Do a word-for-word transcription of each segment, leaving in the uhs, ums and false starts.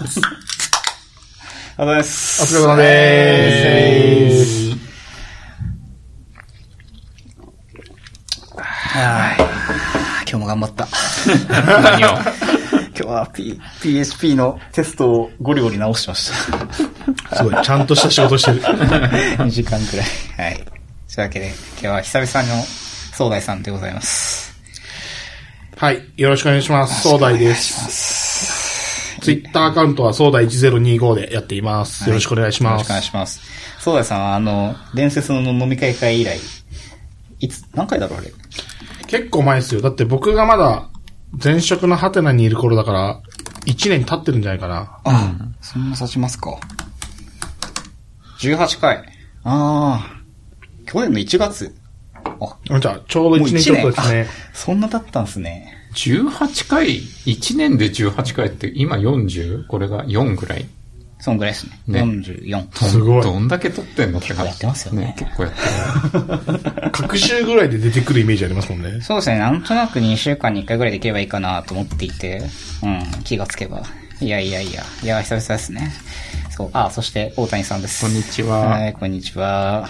ます。お疲れ様です。 お疲れ様でーす。 はい。今日も頑張った。 何を今日は、P、ピーエイチピー のテストをゴリゴリ直してました。すごい、ちゃんとした仕事してる。にじかんくらい。はい。というわけで、今日は久々の総大さんでございます。 はい。よろしくお願いします。総大です。ツイッターアカウントは総大いちぜろにごでやっています。よろしくお願いします。 はい、よろしくお願いします。総大さんは、あの、伝説の飲み会会以来、いつ、何回だろうあれ。 結構前ですよ。だって僕がまだ前職のハテナにいる頃だから、いちねん経ってるんじゃないかな。 あ、うん、そんな経ちますか。じゅうはちかい。ああ、去年のいちがつ。 あ、じゃあ、ちょうどいちねんちょっとですね。 そんな経ったんですね。 じゅうはちかい ?いち 年でじゅうはちかいって今 よんじゅう? これがよんぐらいそんぐらいですね。ねよんじゅうよん。 すごい。 どんだけ撮ってんのって結構やってますよね。ね結構やってる。各週ぐらいで出てくるイメージありますもんね。 そうですね。なんとなくにしゅうかんにいっかいぐらいでいけばいいかなと思っていて、うん、気がつけば。いやいやいや、いや、久々ですね。そう、あ、そして大谷さんです。 こんにちは。 はい、こんにちは。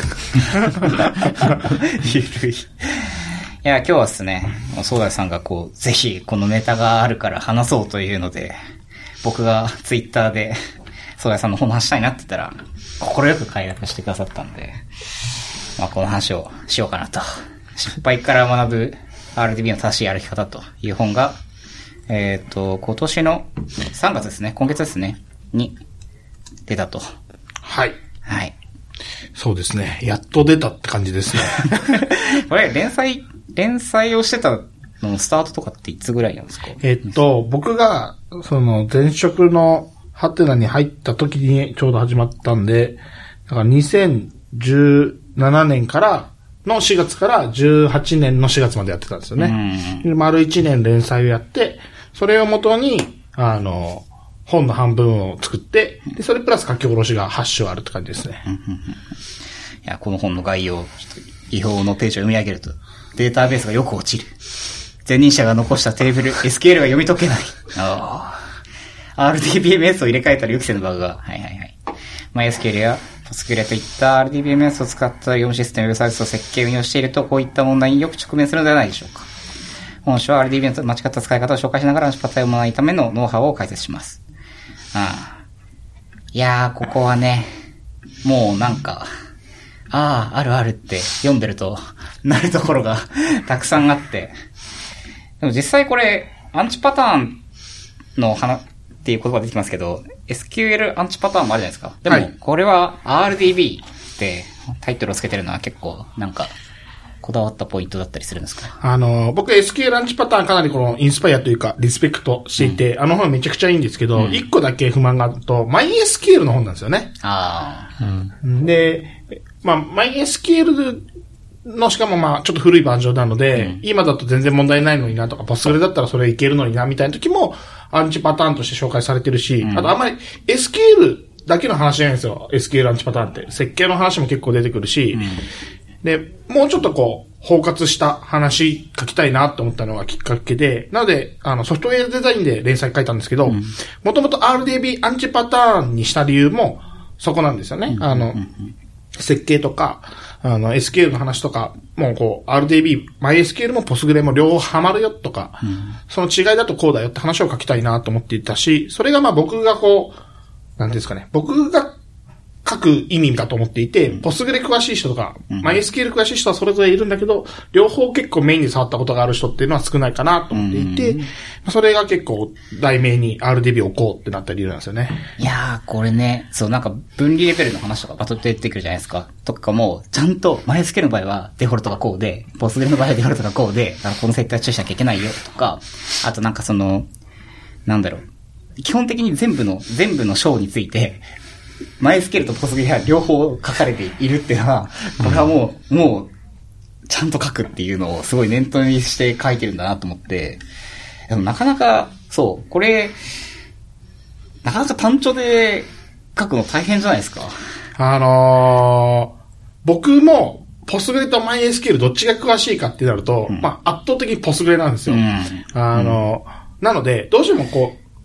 ゆるい。いや、今日はですね、総大さんがこう、ぜひこのネタがあるから話そうというので、僕がツイッターで、総大さんの本話したいなって言ったら、心よく快諾してくださったんで、まあこの話をしようかなと。失敗から学ぶ アールディービー の正しい歩き方という本が、えっと、今年のさんがつですね、今月ですね、に出たと。 はい。 はい。 そうですね。やっと出たって感じですね。 これ、連載、連載をしてたのスタートとかっていつぐらいなんですか？ えっと、僕が、その、前職のハテナに入った時にちょうど始まったんで、だからにせんじゅうななねんからのしがつからじゅうはちねんのしがつまでやってたんですよね。で丸いちねん連載をやって、それをもとに、あの、本の半分を作って、で、それプラス書き下ろしがはちしゅうあるって感じですね。 いや、この本の概要、違法のページを読み上げると、データベースがよく落ちる。前任者が残したテーブル、エスキューエル が読み解けない。ああ。アールディービーエムエス を入れ替えたら予期せぬバグが。はいはいはい。MySQL や Postgre といった アールディービーエムエス を使った業務システム、ウェブサービスを設計運用していると、こういった問題によく直面するのではないでしょうか。本書は アールディービーエムエス の間違った使い方を紹介しながら失敗を生まないためのノウハウを解説します。ああ。いやー、ここはね、もうなんか、ああ、あるあるって読んでるとなるところがたくさんあって。でも実際これ、アンチパターンの話っていう言葉出てきますけど、エスキューエル アンチパターンもあるじゃないですか。でも、これは アールディービー ってタイトルをつけてるのは結構なんか、こだわったポイントだったりするんですか？ あの、僕 エスキューエル アンチパターンかなりこのインスパイアというかリスペクトしていて、うん、あの本めちゃくちゃいいんですけど、一、うん、個だけ不満があると、MySQL の本なんですよね。 ああ。 うん、で、まあ、MySQL のしかもまあ、ちょっと古いバージョンなので、うん、今だと全然問題ないのになとか、Postgre だったらそれいけるのになみたいな時も、アンチパターンとして紹介されてるし、うん、あとあんまり エスキューエル だけの話じゃないんですよ。エスキューエル アンチパターンって。設計の話も結構出てくるし、うんで、もうちょっとこう、包括した話書きたいなって思ったのがきっかけで、なので、あの、ソフトウェアデザインで連載書いたんですけど、もともと アールディービー アンチパターンにした理由も、そこなんですよね。うん、あの、設計とか、あの、エスキューエル の話とか、もうこう、アールディービー、MySQL も Postgre も両方ハマるよとか、うん、その違いだとこうだよって話を書きたいなと思っていたし、それがまあ僕がこう、なんですかね、僕が書く意味だと思っていて、ポスグレ詳しい人とか、うん、MySQL 詳しい人はそれぞれいるんだけど、両方結構メインに触ったことがある人っていうのは少ないかなと思っていて、うん、それが結構題名に アールディービー を置こうってなった理由なんですよね。 いやー、これね、そうなんか分離レベルの話とかバトって出てくるじゃないですか。とかも、ちゃんと MySQL の場合はデフォルトがこうで、ポスグレの場合はデフォルトがこうで、あのこの設定は注意しなきゃいけないよとか、あとなんかその、なんだろう、基本的に全部の、全部の章について、MySQL と Postgre は両方書かれているっていうのは、これはもう、もう、ちゃんと書くっていうのをすごい念頭にして書いてるんだなと思って、でもなかなか、そう、これ、なかなか単調で書くの大変じゃないですか。 あのー、僕も、Postgre と MySQL どっちが詳しいかってなると、うん、まあ圧倒的に Postgre なんですよ。うん、あのー、うん、なので、どうしてもこう、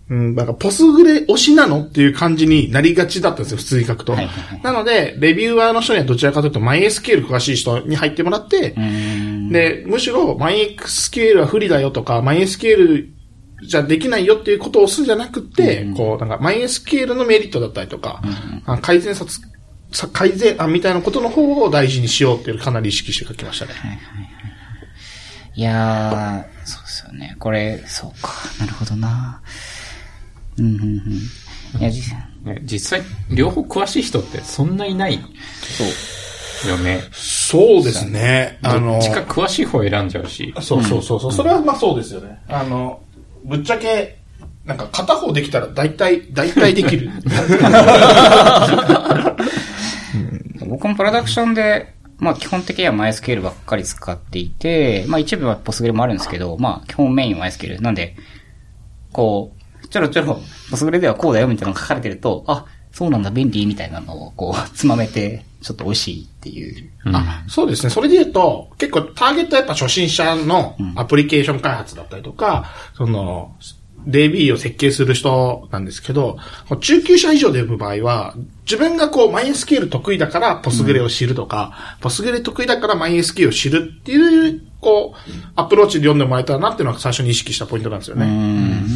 うん、なんかポスグレ推しなのっていう感じになりがちだったんですよ、普通に書くと。はいはいはい、なので、レビューアーの人にはどちらかというと MySQL 詳しい人に入ってもらって、で、むしろ MySQL は不利だよとか、MySQL じゃできないよっていうことを押すんじゃなくて、うん、こう、なんか MySQL のメリットだったりとか、うん、改善策、改善案みたいなことの方を大事にしようっていうかなり意識して書きましたね。はいはいはい、 いやー、そうですよね。これ、そうか。なるほどな。うんうんうん。いや、実際、 実際、両方詳しい人ってそんないない。そう。よね。 そうですね。 あの、どっちか詳しい方選んじゃうし。 そうそうそうそう、うん。それはまあそうですよね。あの、ぶっちゃけ、なんか片方できたら大体、大体できる。 僕もプロダクションで、まあ基本的には MySQL ばっかり使っていて、まあ一部は Postgre もあるんですけど、まあ基本メインは MySQL。なんで、こう、ちょろちょろ Postgre ではこうだよみたいなのが書かれてると、あ、そうなんだ便利みたいなのをこう、つまめて、ちょっと美味しいっていう。 うん、あ、そうですね。それで言うと、結構ターゲットはやっぱ初心者のアプリケーション開発だったりとか、うん、その、ディービー を設計する人なんですけど、中級者以上で呼ぶ場合は、自分がこう MySQL 得意だから Postgre を知るとか、うん、Postgre 得意だから MySQL を知るっていう、こう、アプローチで読んでもらえたらなっていうのが最初に意識したポイントなんですよね。うん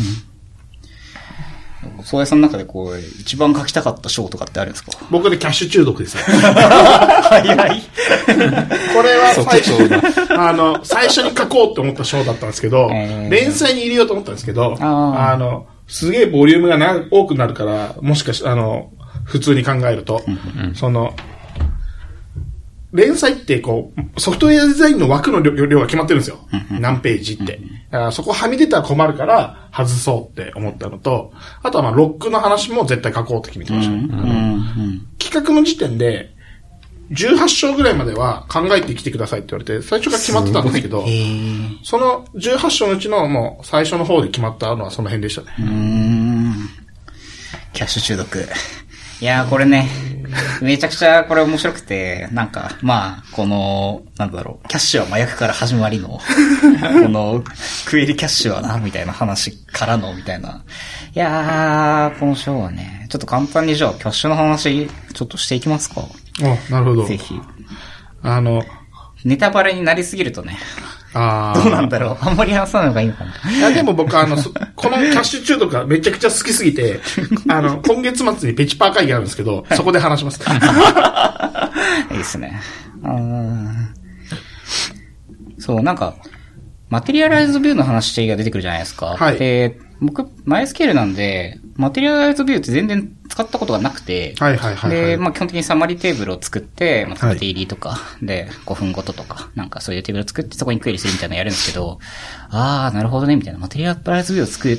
宗谷さんの中でこう、一番書きたかった章とかってあるんですか？ 僕でキャッシュ中毒ですよ。早い。これは最初、あの、最初に書こうって思った章だったんですけど、えー、連載に入れようと思ったんですけど、あ, あの、すげえボリュームがな多くなるから、もしかし、あの、普通に考えると、うんうん、その、連載ってこう、ソフトウェアデザインの枠の 量, 量が決まってるんですよ。何ページって。だからそこはみ出たら困るから外そうって思ったのと、あとはまあロックの話も絶対書こうって決めてましたね。あの企画の時点で、じゅうはち章ぐらいまでは考えてきてくださいって言われて、最初から決まってたんですけど、そのじゅうはち章のうちのもう最初の方で決まったのはその辺でしたね。 うーんキャッシュ中毒。いやーこれね、めちゃくちゃこれ面白くて、なんか、まあ、この、なんだろう、キャッシュは麻薬から始まりの、この、クエリキャッシュはな、みたいな話からの、みたいな。いやー、この章はね、ちょっと簡単にじゃあ、キャッシュの話、ちょっとしていきますか。 あ、なるほど。 ぜひ。 あの、 ネタバレになりすぎるとね、 あどうなんだろう。あんまり話さない方がいいのかな。 いや、でも僕あの、このキャッシュ中毒がめちゃくちゃ好きすぎて、あの、今月末にペチパー会議あるんですけど、そこで話します。 いいですね。あそう、なんか、マテリアライズビューの話が出てくるじゃないですか。 はい。 で、僕、MySQL なんで、マテリアライズビューって全然使ったことがなくて、 はいはいはい、はい。 で、まあ基本的にサマリーテーブルを作って、まあ、デイリーとか、で、ごふんごととか、なんかそういうテーブルを作ってそこにクエリするみたいなのやるんですけど、あー、なるほどね、みたいな。マテリアライズビューを作って、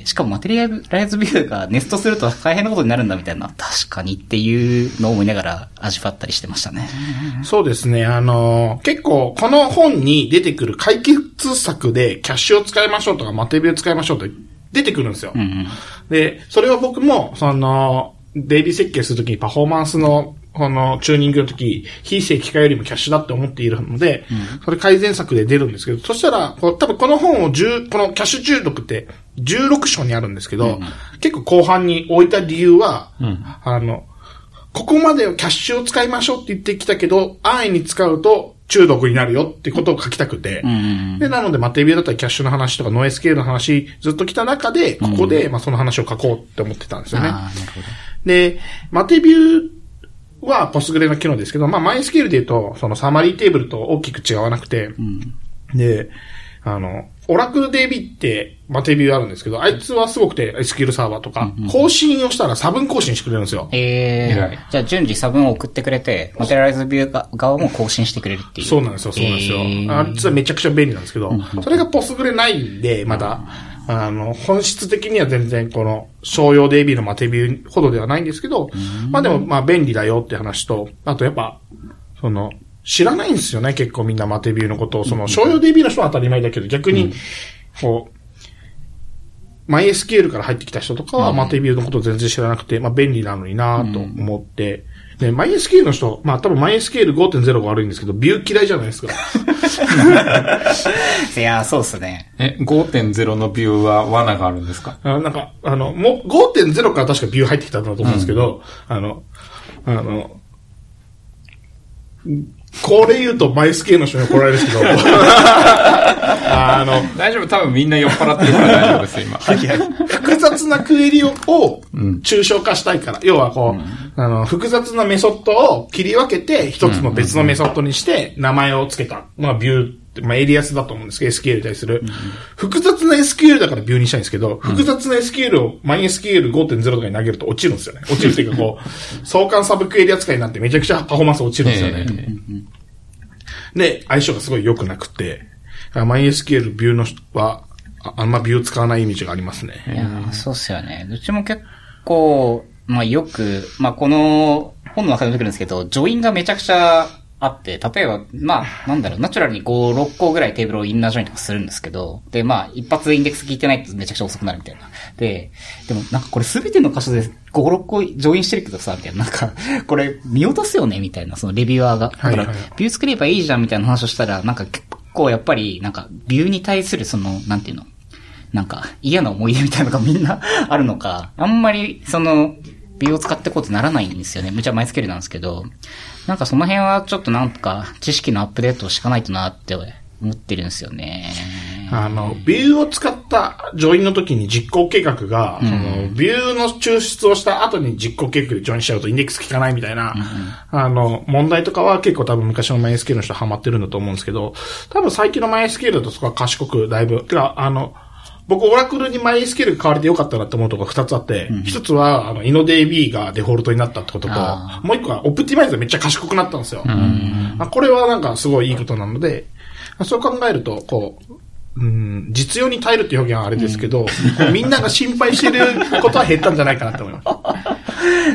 しかもマテリアライズビューがネストすると大変なことになるんだみたいな、確かにっていうのを思いながら味わったりしてましたね。 そうですね、あの、結構この本に出てくる解決策でキャッシュを使いましょうとか、マテビューを使いましょうと出てくるんですよ。 うんうん、 で、それは僕も、その、デイリー設計するときにパフォーマンスの、このチューニングのとき、非正規化よりもキャッシュだって思っているので、うん、それ改善策で出るんですけど、そしたら、多分この本をじゅう、このキャッシュ中毒ってじゅうろく章にあるんですけど、うん、結構後半に置いた理由は、うん、あの、ここまでキャッシュを使いましょうって言ってきたけど、安易に使うと中毒になるよってことを書きたくて、 うん、 で、なので、マテビューだったりキャッシュの話とかノーエスケーエルの話ずっと来た中で、ここで、まあその話を書こうって思ってたんですよね。 あ、なるほど。 で、マテビューはポスグレの機能ですけど、まあ、マイスケールで言うと、そのサマリーテーブルと大きく違わなくて、 うん、 で、あの、オラクル ディービー ってマテビューあるんですけど、あいつはすごくて エスキューエル サーバーとか、うんうん、更新をしたら差分更新してくれるんですよ。 ええー。じゃあ順次差分を送ってくれて、マテリアライズビュー側も更新してくれるっていう。 そうなんですよ、そうなんですよ。えー、あいつはめちゃくちゃ便利なんですけど、うんうん、それがポスグレないんで、まだ、あの、本質的には全然この商用 ディービー のマテビューほどではないんですけど、まあでもまあ便利だよって話と、あとやっぱ、その、知らないんですよね、結構みんなマテビューのことを。その、商用 ディービー の人は当たり前だけど、逆に、こう、マイエスキューエル から入ってきた人とかはマテビューのことを全然知らなくて、まあ便利なのになぁと思ってで、MySQL の人、まあ多分 MySQL ごてんゼロ が悪いんですけど、ビュー嫌いじゃないですか。 いや、そうっすね。 え、ごてんゼロ のビューは罠があるんですか？ あなんか、あの、もう ごてんゼロ から確かビュー入ってきたんだと思うんですけど、うん、あの、あの、これ言うと MySQL の人に怒られるんですけど、あの、 大丈夫、多分みんな酔っ払ってるから大丈夫ですよ、今。 複雑なクエリを抽象化したいから、うん、要はこう、うん、あの、複雑なメソッドを切り分けて、一つの別のメソッドにして名前を付けた。まあ、ビューって、まあ、エリアスだと思うんですけど、エスキューエル に対する。うん、複雑な エスキューエル だからビューにしたいんですけど、複雑な エスキューエル を MySQL ごてんゼロ とかに投げると落ちるんですよね。落ちるっていうかこう、相関サブクエリ扱いになってめちゃくちゃパフォーマンス落ちるんですよね。で、相性がすごい良くなくて、MySQL ビューの人は、あ, あんまビュー使わないイメージがありますね。 いや、そうっすよね。うちも結構、まあよく、まあこの本の中で出てくるんですけど、ジョインがめちゃくちゃあって、例えば、まあなんだろう、ナチュラルにご、ろっこぐらいテーブルをインナージョインとかするんですけど、で、まあ一発インデックス聞いてないとめちゃくちゃ遅くなるみたいな。で、でもなんかこれすべての箇所でご、ろっこジョインしてるけどさ、みたいな、なんか、これ見落とすよねみたいな、そのレビュアーが。だから、ビュー作ればいいじゃんみたいな話をしたら、なんか結構やっぱり、なんか、ビューに対するその、なんていうの、なんか、嫌な思い出みたいなのがみんなあるのか、あんまり、その、ビューを使ってこうってならないんですよね。むちゃマイスケールなんですけど、なんかその辺はちょっとなんか、知識のアップデートをしかないとなって思ってるんですよね。 あの、ビューを使ったジョインの時に実行計画が、うん、そのビューの抽出をした後に実行計画でジョインしちゃうとインデックス効かないみたいな、うん、あの、問題とかは結構多分昔の MySQL の人はハマってるんだと思うんですけど、多分最近の MySQL だとそこは賢くだいぶ、てか、あの、僕、オラクルに MySQL が変わりでよかったなって思うところがふたつあって、一、うん、つは、あの、InnoDB がデフォルトになったってことと、もう一個は、オプティマイズがめっちゃ賢くなったんですよ。うん、これはなんかすごいいいことなので、そう考えると、こう、うん、実用に耐えるっていう表現はあれですけど、うん、みんなが心配してることは減ったんじゃないかなって思います。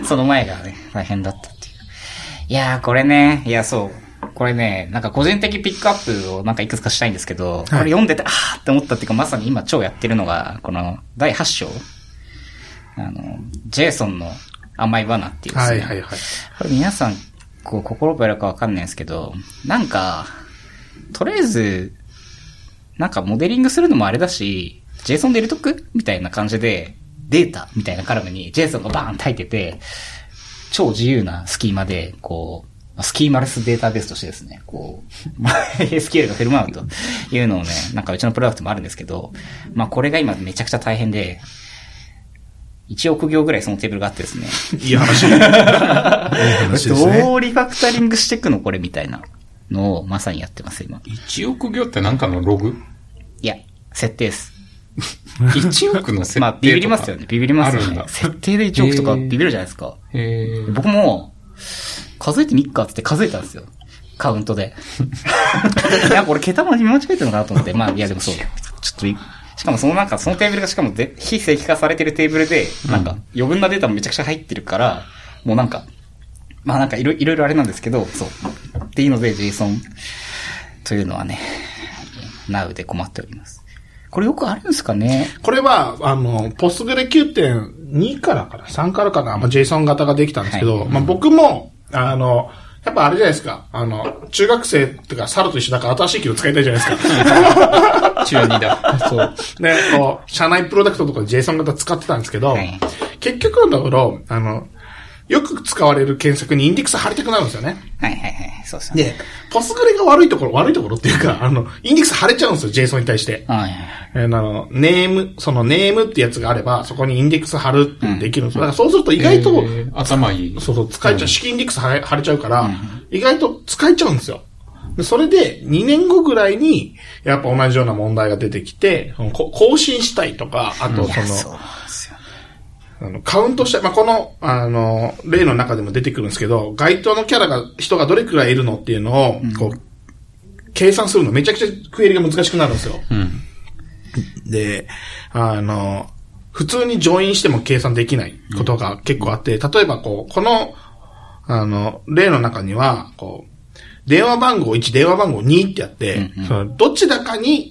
その前がね、大変だったっていう。いやー、これね、いや、そう。これね、なんか個人的ピックアップをなんかいくつかしたいんですけど、はい、これ読んでて、あーって思ったっていうか、まさに今超やってるのが、このだいはち章、あの、ジェイソンの甘い罠っていうですね。はいはいはい。これ皆さん、こう、心をやるかわかんないんですけど、なんか、とりあえず、なんかモデリングするのもあれだし、ジェイソンで入れとくみたいな感じで、データみたいなカラムにジェイソンがバーンって入ってて、超自由なスキーマで、こう、スキーマレスデータベースとしてですね、こう、エスキューエル が振る舞うというのをね、なんかうちのプロダクトもあるんですけど、まあこれが今めちゃくちゃ大変で、いちおく行ぐらいそのテーブルがあってですね。 いい話。いい話ですね。 どうリファクタリングしていくのこれみたいなのをまさにやってます、今。 いちおく行ってなんかのログ？ いや、設定です。 いちおくの設定とか。 まあビビりますよね、ビビりますよね。設定でいちおくとかビビるじゃないですか。へー。僕も、数えてみっかって数えたんですよ。カウントで。いや、これ桁間違えてるのかなと思って。まあ、いやでもそう。ちょっと、しかもそのなんか、そのテーブルがしかもで非正規化されてるテーブルで、なんか余分なデータもめちゃくちゃ入ってるから、もうなんか、まあなんかいろいろあれなんですけど、そう。っていうので JSON というのはね、Now で困っております。これよくあるんですかね？ これは、あの、ポスグレ きゅうてんに からかな ?さん からかな、まあ、JSON 型ができたんですけど、はい、まあ僕も、あの、やっぱあれじゃないですか。あの、中学生ってか、猿と一緒だから新しい機能使いたいじゃないですか。 中にだ。 そう。で、こう、社内プロダクトとかで JSON 型使ってたんですけど、はい、結局のところ、あの、よく使われる検索にインデックス貼りたくなるんですよね。 はいはいはい。そうですね。 で、ポスグレが悪いところ、悪いところっていうか、あの、インデックス貼れちゃうんですよ、JSON に対して。はいはいはい。えー、あの、ネーム、そのネームってやつがあれば、そこにインデックス貼るってできるんですよ。うん、だからそうすると意外と、えー、頭いい。 そうそう、使えちゃう、式インデックス貼れ、貼れちゃうから、うん、意外と使えちゃうんですよ。でそれで、にねんごぐらいに、やっぱ同じような問題が出てきて、更新したいとか、あとその、うん、そうあのカウントしたい。まあ、この、あの、例の中でも出てくるんですけど、該当のキャラが、人がどれくらいいるのっていうのを、こう、うん、計算するのめちゃくちゃクエリが難しくなるんですよ。うん、で、あの、普通にジョインしても計算できないことが結構あって、例えばこう、この、あの、例の中には、こう、電話番号いち、電話番号にってやって、うんうん、そのどちらかに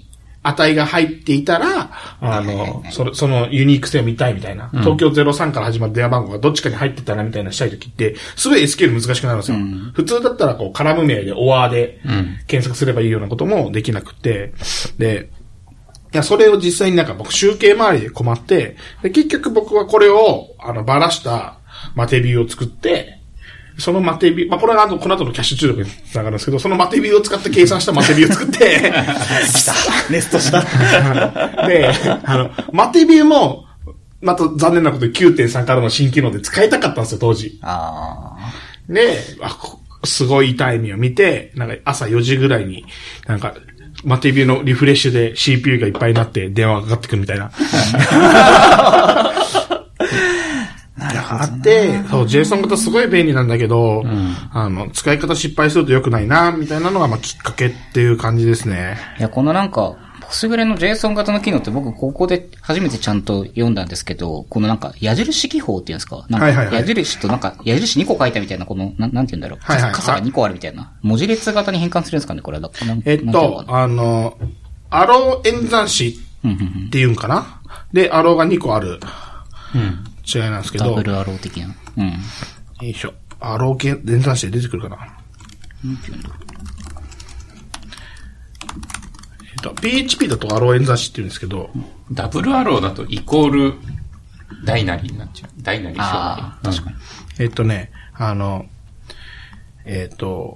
値が入っていたら、あの、その、そのユニーク性を見たいみたいな。うん、東京ゼロさんから始まる電話番号がどっちかに入ってたらみたいなしたいときって、すごい エスキューエル 難しくなるんですよ。うん、普通だったらこう、カラム名でオアーで検索すればいいようなこともできなくて、で、いや、それを実際になんか僕集計周りで困って、で結局僕はこれを、あの、ばらしたマテビューを作って、そのマテビュー、まあ、これはあの、この後のキャッシュ中毒につながるんですけど、そのマテビューを使って計算したマテビューを作って、 来たネストした。 で、あの、マテビューも、また残念なことで きゅうてんさん からの新機能で使いたかったんですよ、当時。 あで、あ、すごい痛い目を見て、なんか朝よじぐらいに、なんか、マテビューのリフレッシュで シーピーユー がいっぱいになって電話がかかってくるみたいな。 なるほど。 あって、そう、JSON 型すごい便利なんだけど、うん、あの、使い方失敗すると良くないな、みたいなのが、まあ、きっかけっていう感じですね。 いや、このなんか、ポスグレの JSON 型の機能って僕、ここで初めてちゃんと読んだんですけど、このなんか、矢印記法っていうんですかなんか、矢印となんか、矢印にこ書いたみたいな、この、ななんて言うんだろう。はいはい、傘がにこあるみたいな。文字列型に変換するんですかね、これは。 えっと、あの、アロー演算子っていうんかなで、アローがにこある。うん。違いなんですけど。 ダブルアロー的な。うん。よいしょ。アロー系、演算子で出てくるかな。 なんて言うんだろう。 えっと、ピーエイチピー だとアロー演算子って言うんですけど。 ダブルアローだとイコールダイナリーになっちゃう。ダイナリー将来。 ああ、確かに。 えっとね、あの、えっと、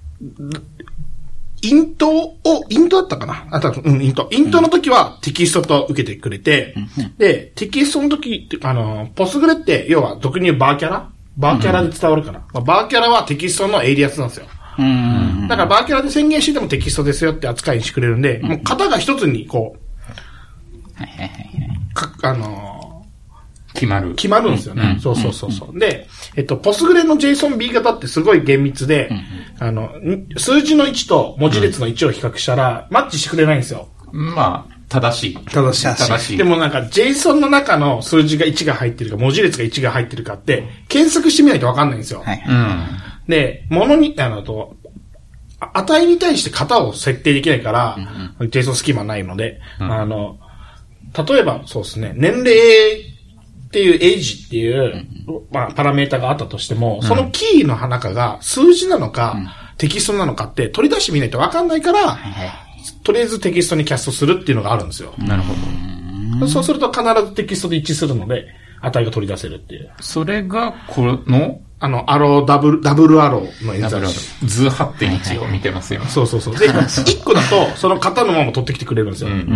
イントを、イントだったかなあ、たうん、イント。イントの時はテキストと受けてくれて、うん、で、テキストの時、あの、ポスグレって、要は、俗に言うバーキャラバーキャラで伝わるかな、うん、バーキャラはテキストのエイリアスなんですよ。 うん、 だからバーキャラで宣言しててもテキストですよって扱いにしてくれるんで、うん、もう型が一つにこう、 はいはいはい。 か、あのー、決まる。 決まるんですよね。うん、そうそうそうそう、うん。で、えっと、ポスグレの JSONB 型ってすごい厳密で、うん、あの、数字のいちと文字列のいちを比較したら、マッチしてくれないんですよ。 まあ、正しい。 正しい。正しい。でもなんか JSON の中の数字がいちが入ってるか、文字列がいちが入ってるかって、検索してみないとわかんないんですよ。 はい。 うん。 で、ものに、あの、と、値に対して型を設定できないから、うん、JSON スキーマないので、うん、あの、例えばそうですね、年齢っていうエイジっていう、うん、まあ、パラメータがあったとしても、うん、そのキーの中が数字なのか、うん、テキストなのかって取り出してみないとわかんないから、はいはい、とりあえずテキストにキャストするっていうのがあるんですよ。 なるほど。 そうすると必ずテキストで一致するので、値が取り出せるっていう。 それが、この、 あの、アロー、ダブル、ダブルアローの演算子。 図 はってんいち を見てますよ。 そうそうそう。で、いっこだと、その型のまま取ってきてくれるんですよ。うんうん、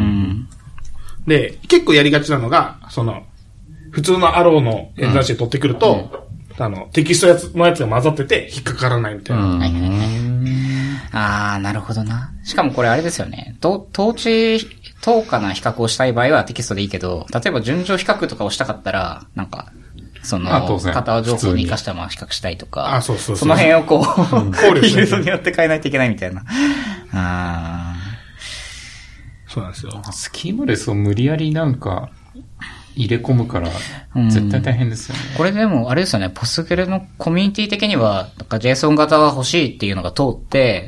で、結構やりがちなのが、その、普通のアローの演算子で取ってくると、うん、あの、テキストやつのやつが混ざってて、引っかからないみたいな。うん、 あー、なるほどな。しかもこれあれですよね。と、統治、等価な比較をしたい場合はテキストでいいけど、例えば順序比較とかをしたかったら、なんか、その、型情報に活かしたまま比較したいとか、 あ、そうそうそう。 その辺をこう、考慮して、 フィールドによって変えないといけないみたいな。あそうなんですよ。 スキーマレスを無理やりなんか、入れ込むから、絶対大変ですよね。 これでも、あれですよね、ポスグレのコミュニティ的には、なんか JSON 型は欲しいっていうのが通って、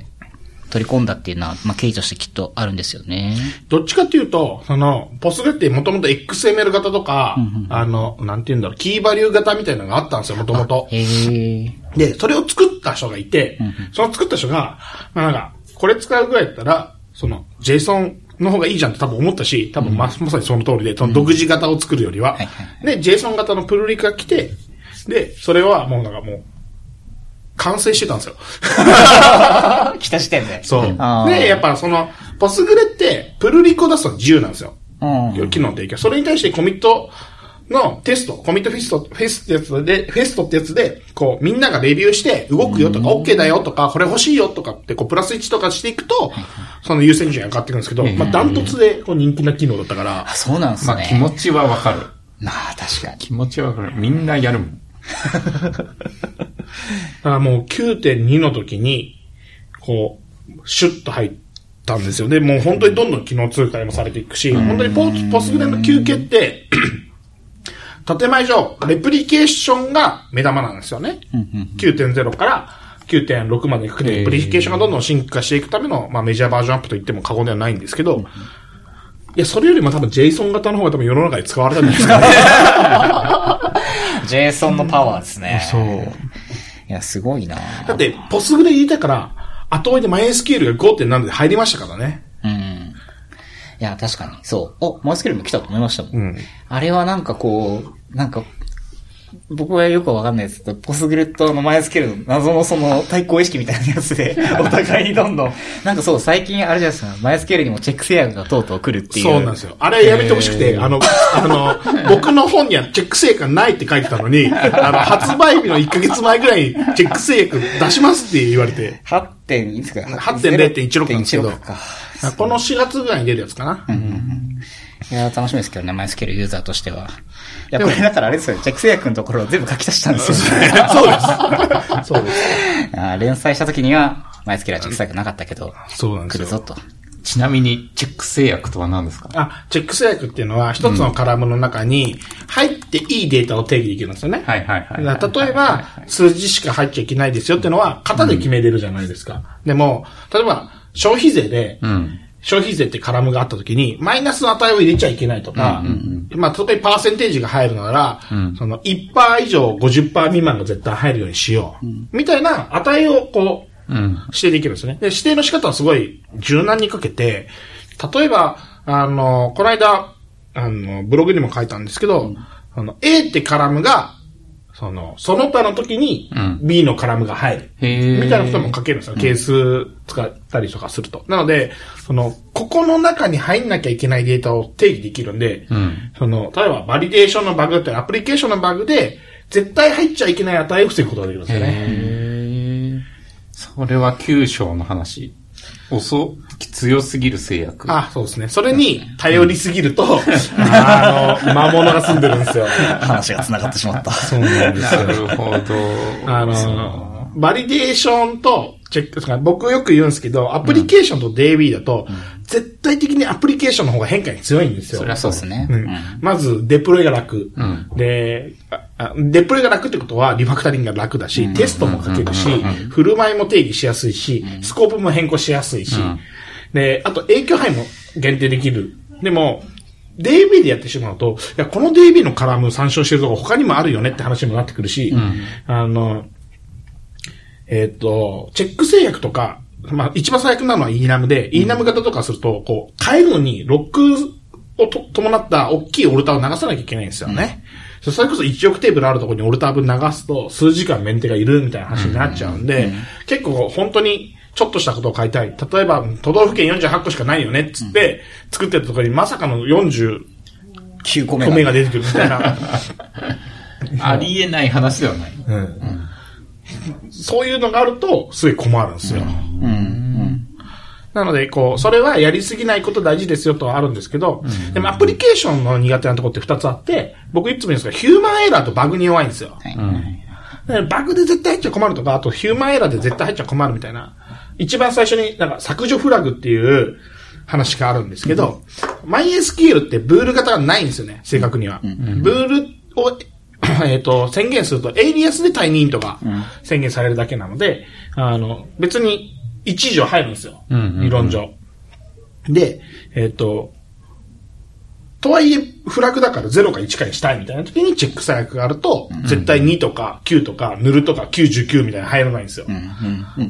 取り込んだっていうのは、まあ、経緯としてきっとあるんですよね。 どっちかっていうと、その、ポスグレってもともと エックスエムエル 型とか、うんうん、あの、なんて言うんだろう、キーバリュー型みたいなのがあったんですよ、もともと。 へー。 で、それを作った人がいて、うんうん、その作った人が、まあなんか、これ使うぐらいだったら、その、JSON の方がいいじゃんって多分思ったし、多分ま、まさにその通りで、その独自型を作るよりは、うん、で、JSON 型のプルリクが来て、で、それはもうなんかもう、完成してたんですよ。 来た時点で。 そう。で、やっぱその、ポスグレって、プルリクを出すの自由なんですよ。うん、機能の提供。それに対してコミットのテスト、コミットフェスト、フェスってやつで、フェストってやつで、こう、みんながレビューして、動くよとか、OK だよとか、これ欲しいよとかって、こう、プラスいちとかしていくと、その優先順位が上がってくるんですけど、まあ、ダントツで、こう、人気な機能だったから。 あ、そうなんですね。 まあ、気持ちはわかる。 なあ、確かに。 気持ちはわかる。みんなやるもん。 だからもう きゅうてんに の時に、こう、シュッと入ったんですよ。で、もう本当にどんどん機能通過もされていくし、本当にポポスグレの休憩って、建前上、レプリケーションが目玉なんですよね。きゅうてんゼロ から きゅうてんろく までかけて、レプリケーションがどんどん進化していくための、まあメジャーバージョンアップと言っても過言ではないんですけど、 いや、それよりも多分 JSON 型の方が多分世の中で使われたんじゃないですかね。 JSON のパワーですね。 そう。 いや、すごいな。 だって、ポスグレ入れたから、後追いで MySQL が ごてんなな で入りましたからね。 うん。いや、確かに。そう。お、MySQL も来たと思いましたもん。 うん。 あれはなんかこう、なんか、僕はよくわかんないですけど、ポスグレットの MySQL の謎のその対抗意識みたいなやつで、お互いにどんどん、なんかそう、最近あれじゃないですか、MySQL にもチェック制約がとうとう来るっていう。 そうなんですよ。あれやめてほしくて、あの、あの、僕の本にはチェック制約がないって書いてたのに、あの、発売日のいっかげつまえぐらいにチェック制約出しますって言われて。 はち. 点いつかはちてんれいてんいちろく なんですけど。 かこのしがつぐらいに出るやつかな。 うんうん、いや、楽しみですけどね、MySQL ユーザーとしては。いや、これだからあれですよ、チェック制約のところを全部書き足したんですよ。 そうです。そうです。 あ連載した時には、MySQL はチェック制約なかったけど、 そうなんですよ。 来るぞと。 ちなみに、チェック制約とは何ですか？ あ、チェック制約っていうのは、一つのカラムの中に入っていいデータを定義できるんですよね。 はいはいはいはい。 例えば、数字しか入っちゃいけないですよっていうのは、型で決めれるじゃないですか。うん、でも、例えば、消費税で、うん消費税ってカラムがあったときに、マイナスの値を入れちゃいけないとか、うんうんうん、まあ、特にパーセンテージが入るなら、うん、その いちパーセント 以上 ごじゅっパーセント 未満が絶対入るようにしよう。うん、みたいな値をこう、うん、指定できるんですね。で、指定の仕方はすごい柔軟にかけて、例えば、あの、この間、あの、ブログにも書いたんですけど、うん、あの、A ってカラムが、その、その他の時に B のカラムが入る。うん、みたいなことも書けるんですよ。係数使ったりとかすると。なので、その、ここの中に入んなきゃいけないデータを定義できるんで、うん、その、例えばバリデーションのバグだったり、アプリケーションのバグで、絶対入っちゃいけない値を防ぐことができるんですよね。 へそれはきゅう章の話。遅、強すぎる制約。 あ、そうですね。それに頼りすぎると、うん、あの、魔物が住んでるんですよ。 話が繋がってしまった。 そうなんですよ。 なるほど。 あの、バリデーションとチェックですか、僕よく言うんですけど、アプリケーションと ディービー だと、うん、絶対的にアプリケーションの方が変化に強いんですよ。 そりゃそうですね。 うん。まず、デプロイが楽。うん、で、デプロイが楽ってことは、リファクタリングが楽だし、うん、テストも書けるし、うん、振る舞いも定義しやすいし、うん、スコープも変更しやすいし、うん、で、あと影響範囲も限定できる。でも、ディービー でやってしまうと、いや、この ディービー のカラム参照してるとこ他にもあるよねって話にもなってくるし、うん、あの、えっ、ー、と、チェック制約とか、まあ、一番最悪なのは イーナム で、うん、イーナム 型とかすると、こう、変えるのに、ロックをと伴った大きいオルタを流さなきゃいけないんですよね。うん、それこそいちオクテーブルあるところにオルタ分流すと、数時間メンテがいるみたいな話になっちゃうんで、うん、結構本当に、ちょっとしたことを書いたい。例えば、都道府県よんじゅうはちこしかないよねっつって、うん、作ってたところにまさかのよんじゅうきゅうこめが出てくるみたいな。 ありえない話ではない。うんうんそういうのがあると、すごい困るんですよ。うんうん、なので、こう、それはやりすぎないこと大事ですよとはあるんですけど、うん、でもアプリケーションの苦手なところって二つあって、僕いつも言うんですが、ヒューマンエラーとバグに弱いんですよ。うん、バグで絶対入っちゃ困るとか、あとヒューマンエラーで絶対入っちゃ困るみたいな。一番最初になんか削除フラグっていう話があるんですけど、うん、MySQL ってブール型がないんですよね、正確には。うん、ブールをえっと、宣言すると、エイリアスでタイニーイントが宣言されるだけなので、うん、あの、別にいち以上入るんですよ。うんうんうん、理論上。で、えっと、とはいえ、フラグだからゼロかいちかにしたいみたいな時にチェック制約があると、うんうん、絶対にとかきゅうとかヌルとかきゅうじゅうきゅうみたいな入らないんですよ。うんうんうん、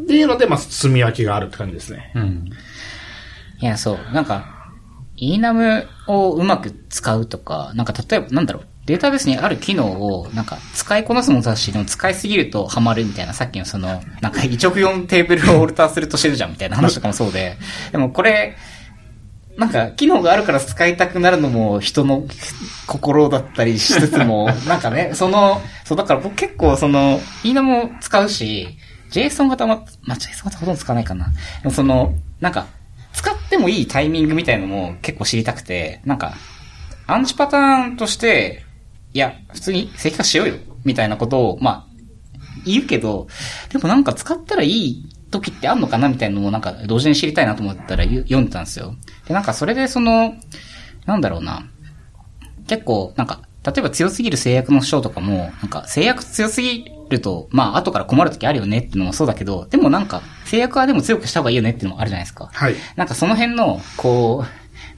っていうので、まあ、住み分けがあるって感じですね。うん、 いや、そう。なんか、イーナム をうまく使うとか、なんか例えば、なんだろう。データベースにある機能を、なんか、使いこなすもだし、でも使いすぎるとハマるみたいな、さっきのその、なんか、いちおくよんテーブルをオルターするとしてるじゃんみたいな話とかもそうで、でもこれ、なんか、機能があるから使いたくなるのも人の心だったりしつつも、なんかね、その、そう、だから僕結構その、イーナム も使うし、JSON 型も、まあ、JSON 型ほとんど使わないかな。でもその、なんか、使ってもいいタイミングみたいのも結構知りたくて、なんか、アンチパターンとして、いや、普通に正規化しようよ、みたいなことを、まあ、言うけど、でもなんか使ったらいい時ってあんのかなみたいなのもなんか同時に知りたいなと思ったら読んでたんですよ。で、なんかそれでその、なんだろうな。結構、なんか、例えば強すぎる制約の章とかも、なんか制約強すぎると、まあ後から困る時あるよねっていうのもそうだけど、でもなんか制約はでも強くした方がいいよねっていうのもあるじゃないですか。はい。なんかその辺の、こう、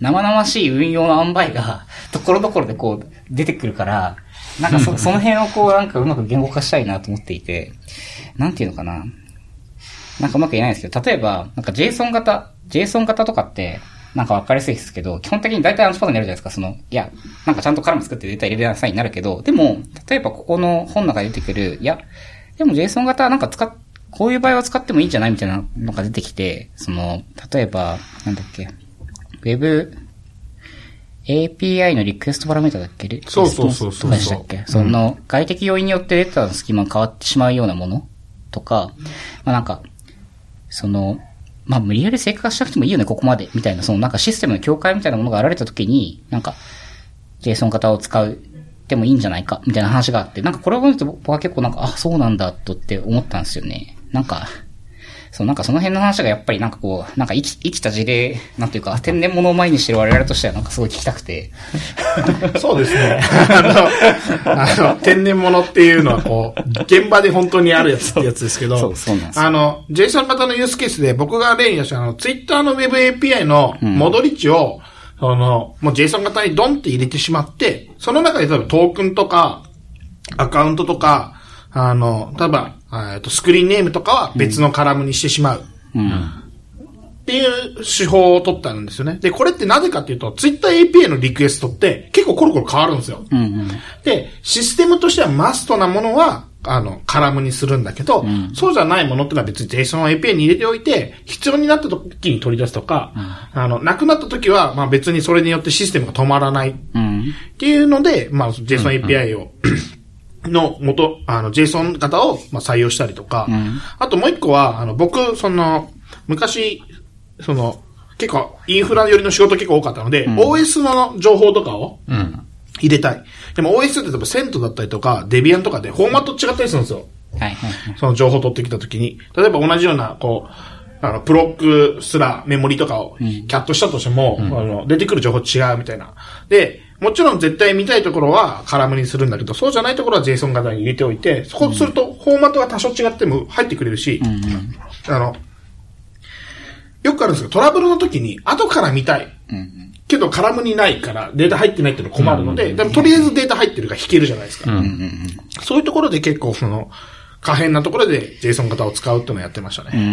生々しい運用の塩梅が、ところどころでこう、出てくるから、なんかそ、その辺をこう、なんかうまく言語化したいなと思っていて、なんていうのかな。なんかうまく言えないんですけど、例えば、なんか JSON 型、JSON 型とかって、なんか分かりやすいですけど、基本的に大体アンチパターンになるじゃないですか、その、いや、なんかちゃんとカラム作ってデータ入れなさいになるけど、でも、例えばここの本の中で出てくる、いや、でも JSON 型はなんか使っ、こういう場合は使ってもいいんじゃないみたいなのが出てきて、その、例えば、なんだっけ、Web、エーピーアイ のリクエストパラメータだっけ？ そうそうそうそう。 でしたっけ？その、外的要因によってデータの隙間が変わってしまうようなものとか、まあなんか、その、まあ無理やり正確化しなくてもいいよね、ここまで。みたいな、そのなんかシステムの境界みたいなものが現れたときに、なんか、JSON 型を使う、でもいいんじゃないか、みたいな話があって、なんかこれを見ると僕は結構なんか、あ、そうなんだ、とって思ったんですよね。なんか、そう、なんかその辺の話がやっぱりなんかこう、なんか生き、生きた事例、なんていうか、天然物を前にしてる我々としてはなんかすごい聞きたくて。 そうですね。あの、あの、天然物っていうのはこう、現場で本当にあるやつってやつですけど、 そう、そうなんです。 あの、JSON 型のユースケースで僕が例に出したあの、Twitter の Web エーピーアイ の戻り値を、うん、その、もう JSON 型にドンって入れてしまって、その中で例えばトークンとか、アカウントとか、あの、例えば、えっと、スクリーンネームとかは別のカラムにしてしまう。うん。っていう手法を取ったんですよね。で、これってなぜかっていうと、Twitter エーピーアイ のリクエストって結構コロコロ変わるんですよ。うんうん、で、システムとしてはマストなものは、あの、カラムにするんだけど、うん、そうじゃないものってのは別に JSON エーピーアイ に入れておいて、必要になった時に取り出すとか、うん、あの、なくなった時は、まあ別にそれによってシステムが止まらない。うん、っていうので、まあ JSON エーピーアイ を、うんうんの元、あの、JSON 型を、まあ、採用したりとか、うん、あともう一個は、あの、僕、その、昔、その、結構、インフラ寄りの仕事結構多かったので、うん、オーエス の情報とかを入れたい。うん、でも オーエス って例えばセントだったりとか、デビアンとかでフォーマット違ったりするんですよ。はいはいはい、その情報を取ってきたときに、例えば同じような、こう、あの、プロックすらメモリとかをキャットしたとしても、うん、あの、出てくる情報違うみたいな。で、もちろん絶対見たいところはカラムにするんだけど、そうじゃないところは JSON 型に入れておいて、そこするとフォーマットが多少違っても入ってくれるし、うんうん、あの、よくあるんですけど、トラブルの時に後から見たい。うんうん、けどカラムにないからデータ入ってないっていうの困るので、うんうん、でもとりあえずデータ入ってるから引けるじゃないですか。うんうんうん、そういうところで結構その、可変なところで JSON 型を使うっていうのをやってましたね。うんうん、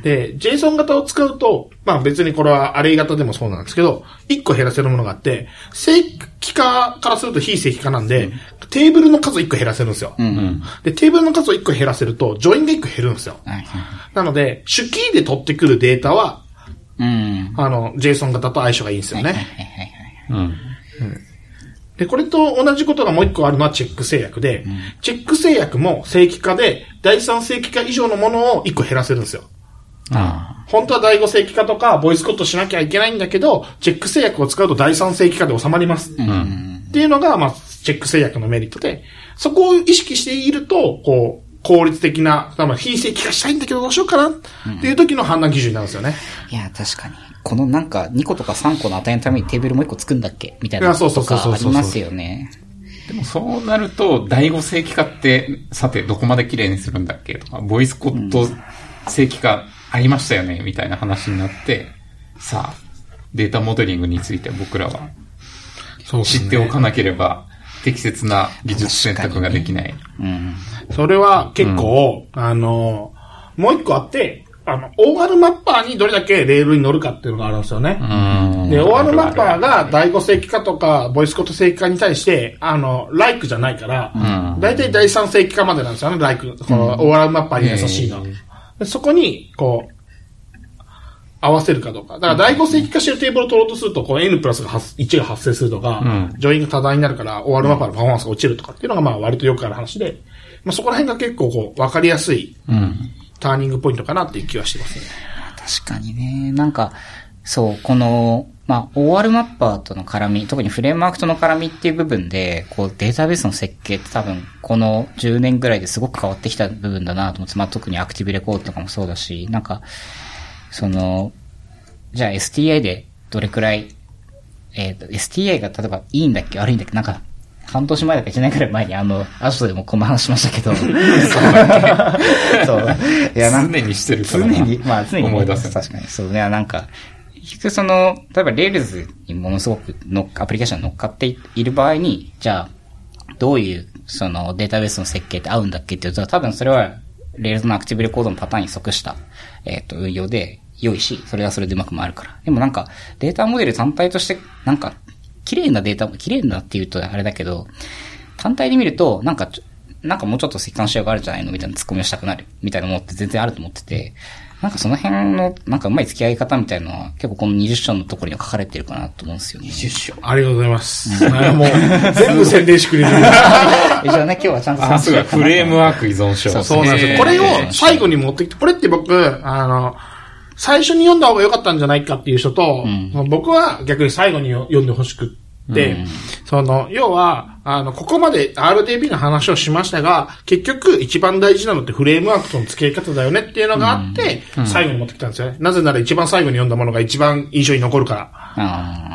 で、JSON 型を使うと、まあ別にこれはアレイ型でもそうなんですけど、一個減らせるものがあって、正規化からすると非正規化なんで、うん、テーブルの数を一個減らせるんですよ。うんうん、で、テーブルの数を一個減らせると、ジョインが一個減るんですよ。うん、なので、主キーで取ってくるデータは、うん、あの、JSON 型と相性がいいんですよね。で、これと同じことがもう一個あるのはチェック制約で、うん、チェック制約も正規化で、第三正規化以上のものを一個減らせるんですよ。ああ本当は第五正規化とか、ボイスコットしなきゃいけないんだけど、チェック制約を使うと第三正規化で収まります。うん、っていうのが、まあ、チェック制約のメリットで、そこを意識していると、こう、効率的な、多分非正規化したいんだけどどうしようかなっていう時の判断基準になるんですよね。 うん、いや、確かに。このなんかにことかさんこの値のためにテーブルもいっこ作るんだっけみたいなことがありますよね。 でもそうなると、第五正規化って、さてどこまで綺麗にするんだっけとか、ボイスコット正規化ありましたよねみたいな話になって、さあ、データモデリングについて僕らは知っておかなければ適切な技術選択ができない。ねうん、それは結構、うん、あの、もう一個あって、あの、オーアール マッパーにどれだけレールに乗るかっていうのがあるんですよね。で、オーアール マッパーが第五正規化とか、ボイスコット正規化に対して、あの、ライクじゃないから、だいたい第三正規化までなんですよね、ライク。この オーアール マッパーに優しいの。でそこに、こう、合わせるかどうか。だから第五正規化してるテーブルを取ろうとすると、こう N プラスがいちが発生するとか、うん、ジョインが多大になるから、オーアール マッパーのパフォーマンスが落ちるとかっていうのが、まあ割とよくある話で、まあそこら辺が結構こう、わかりやすい、ターニングポイントかなっていう気はしてますね。 確かにね。なんか、そう、この、まあ、オーアール マッパーとの絡み、特にフレームワークとの絡みっていう部分で、こう、データベースの設計って多分、このじゅうねんぐらいですごく変わってきた部分だなと思って、まあ、特にアクティブレコードとかもそうだし、なんか、その、じゃあ エスティーアイ でどれくらい、えっと、エスティーアイ が例えばいいんだっけ悪いんだっけなんか、半年前だかいちねんくらい前にあの、アジトでもこんな話しましたけど。そうだね。そう。 いや、常にしてるから常に、まあ常に思い出す。 確かに。そうね、なんか、 結局その、例えば Rails にものすごくのアプリケーションが乗っかっている場合に、じゃあ、どういうそのデータベースの設計って合うんだっけっていうと、多分それは Rails のアクティブレコードのパターンに即した、えっと、運用で良いし、それはそれでうまく回るから。でもなんか、データモデル単体として、なんか、綺麗なデータ、綺麗なって言うとあれだけど、単体で見ると、なんか、なんかもうちょっと積感しようがあるんじゃないのみたいな突っ込みをしたくなる。みたいなものって全然あると思ってて、なんかその辺の、なんかうまい付き合い方みたいなのは、結構このにじゅっ章のところには書かれてるかなと思うんですよね。にじゅっ章。 ありがとうございます。もう、全部宣伝してくれる。 じゃあね、今日はちゃんとあ、すごい。フレームワーク依存症。 そうなんですよ。これを最後に持ってきて、これって僕、あの、最初に読んだ方が良かったんじゃないかっていう人と、うん、僕は逆に最後に読んでほしくって、うん、その、要は、あの、ここまで アールディービー の話をしましたが、結局一番大事なのってフレームワークとの付き合い方だよねっていうのがあって、うん、最後に持ってきたんですよね。なぜなら一番最後に読んだものが一番印象に残るから。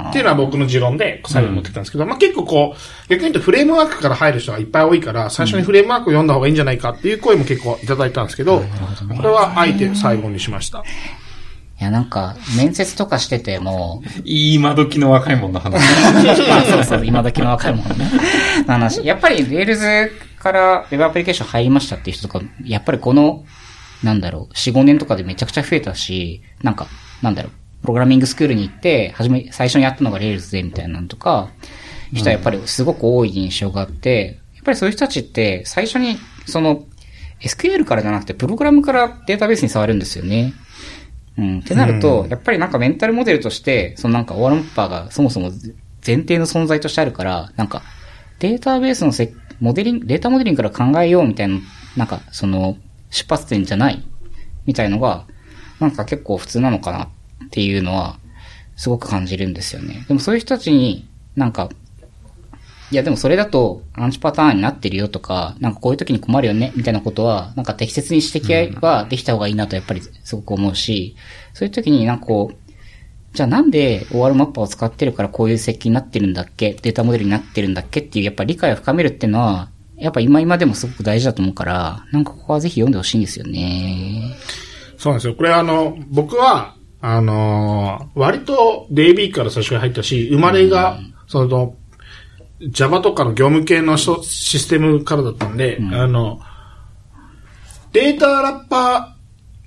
っていうのは僕の持論で最後に持ってきたんですけど、うん、まあ、結構こう、逆に言うとフレームワークから入る人がいっぱい多いから、最初にフレームワークを読んだ方がいいんじゃないかっていう声も結構いただいたんですけど、うん、これはあえて最後にしました。 いや、なんか、面接とかしてても、 今時の若いもんの話。 まあそうそう、今時の若いもんね。の話。やっぱり、Rails からWeb アプリケーション入りましたっていう人とか、やっぱりこの、なんだろう、よん、ごねんとかでめちゃくちゃ増えたし、なんか、なんだろう、プログラミングスクールに行って、はじめ、最初にやったのが Rails でみたいなのとか、人はやっぱりすごく多い印象があって、やっぱりそういう人たちって最初に、その、エスキューエル からじゃなくて、プログラムからデータベースに触るんですよね。うん。ってなると、うん、やっぱりなんかメンタルモデルとして、そのなんかオーランマッパーがそもそも前提の存在としてあるから、なんかデータベースのせモデリング、データモデリングから考えようみたいな、なんかその出発点じゃないみたいのが、なんか結構普通なのかなっていうのは、すごく感じるんですよね。でもそういう人たちになんか、いやでもそれだとアンチパターンになってるよとか、なんかこういう時に困るよねみたいなことは、なんか適切に指摘はできた方がいいなとやっぱりすごく思うし、そういう時になんかこう、じゃあなんで オーアール マッパーを使ってるからこういう設計になってるんだっけ、データモデルになってるんだっけっていうやっぱり理解を深めるっていうのは、やっぱ今今でもすごく大事だと思うから、なんかここはぜひ読んでほしいんですよね。 そうなんですよ。これあの、僕は、あのー、割と ディービー から最初に入ったし、生まれが、うん、その、Java とかの業務系のシステムからだったんで、うん、あの、データラッパ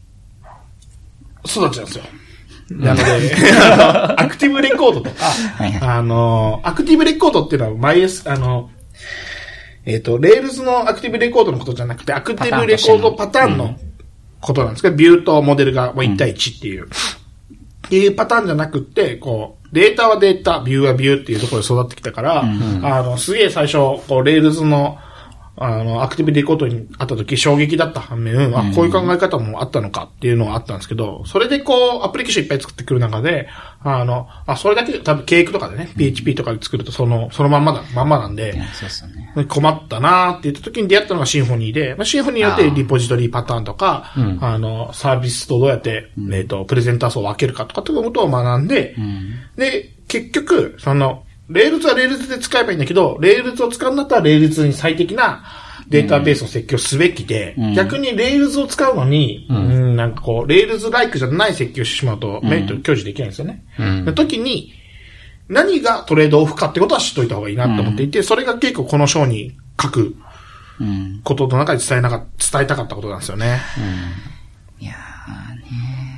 ー育ちなんですよ。なので、アクティブレコードとか、あの、アクティブレコードっていうのは、マイエス、あの、えっと、Rails のアクティブレコードのことじゃなくて、アクティブレコードパターンのことなんですけど、ビューとモデルがいち対いちっていう、うん、っていうパターンじゃなくって、こう、データはデータ、ビューはビューっていうところで育ってきたから、うんうん、あの、すげえ最初、こう、Rails の、あの、アクティブレコードにあった時衝撃だった反面、うん、あ、こういう考え方もあったのかっていうのがあったんですけど、それでこう、アプリケーションいっぱい作ってくる中で、あの、あ、それだけで多分、ケークとかでね、うん、ピーエイチピー とかで作るとその、そのまんまだ、まんまなんで、そうそうね、困ったなーって言った時に出会ったのがシンフォニーで、まあ、シンフォニーによってリポジトリパターンとか、あ, あの、サービスとどうやって、うん、えっと、プレゼンター層を分けるかとかっていうことを学んで、うん、で、結局、その、Rails は Rails で使えばいいんだけど、Rails を使うんだったら Rails に最適なデータベースを設計をすべきで、うん、逆に Rails を使うのに、うんうん、なんかこう、Rails-like じゃない設計をしてしまうと、メリットを享受できないんですよね。うん、の時に、何がトレードオフかってことは知っといた方がいいなと思っていて、うん、それが結構この章に書くことの中で伝えなか、伝えたかったことなんですよね。 うん、いやーね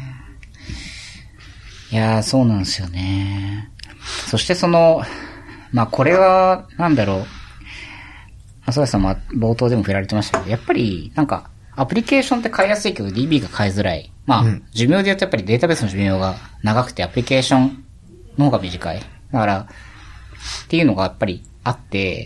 いやー、そうなんですよね。そしてその、まあこれは、なんだろう。そうですね、まあ冒頭でも触れられてましたけど、やっぱり、なんか、アプリケーションって変えやすいけど ディービー が変えづらい。まあ、うん、寿命で言うとやっぱりデータベースの寿命が長くてアプリケーションの方が短い。だから、っていうのがやっぱりあって、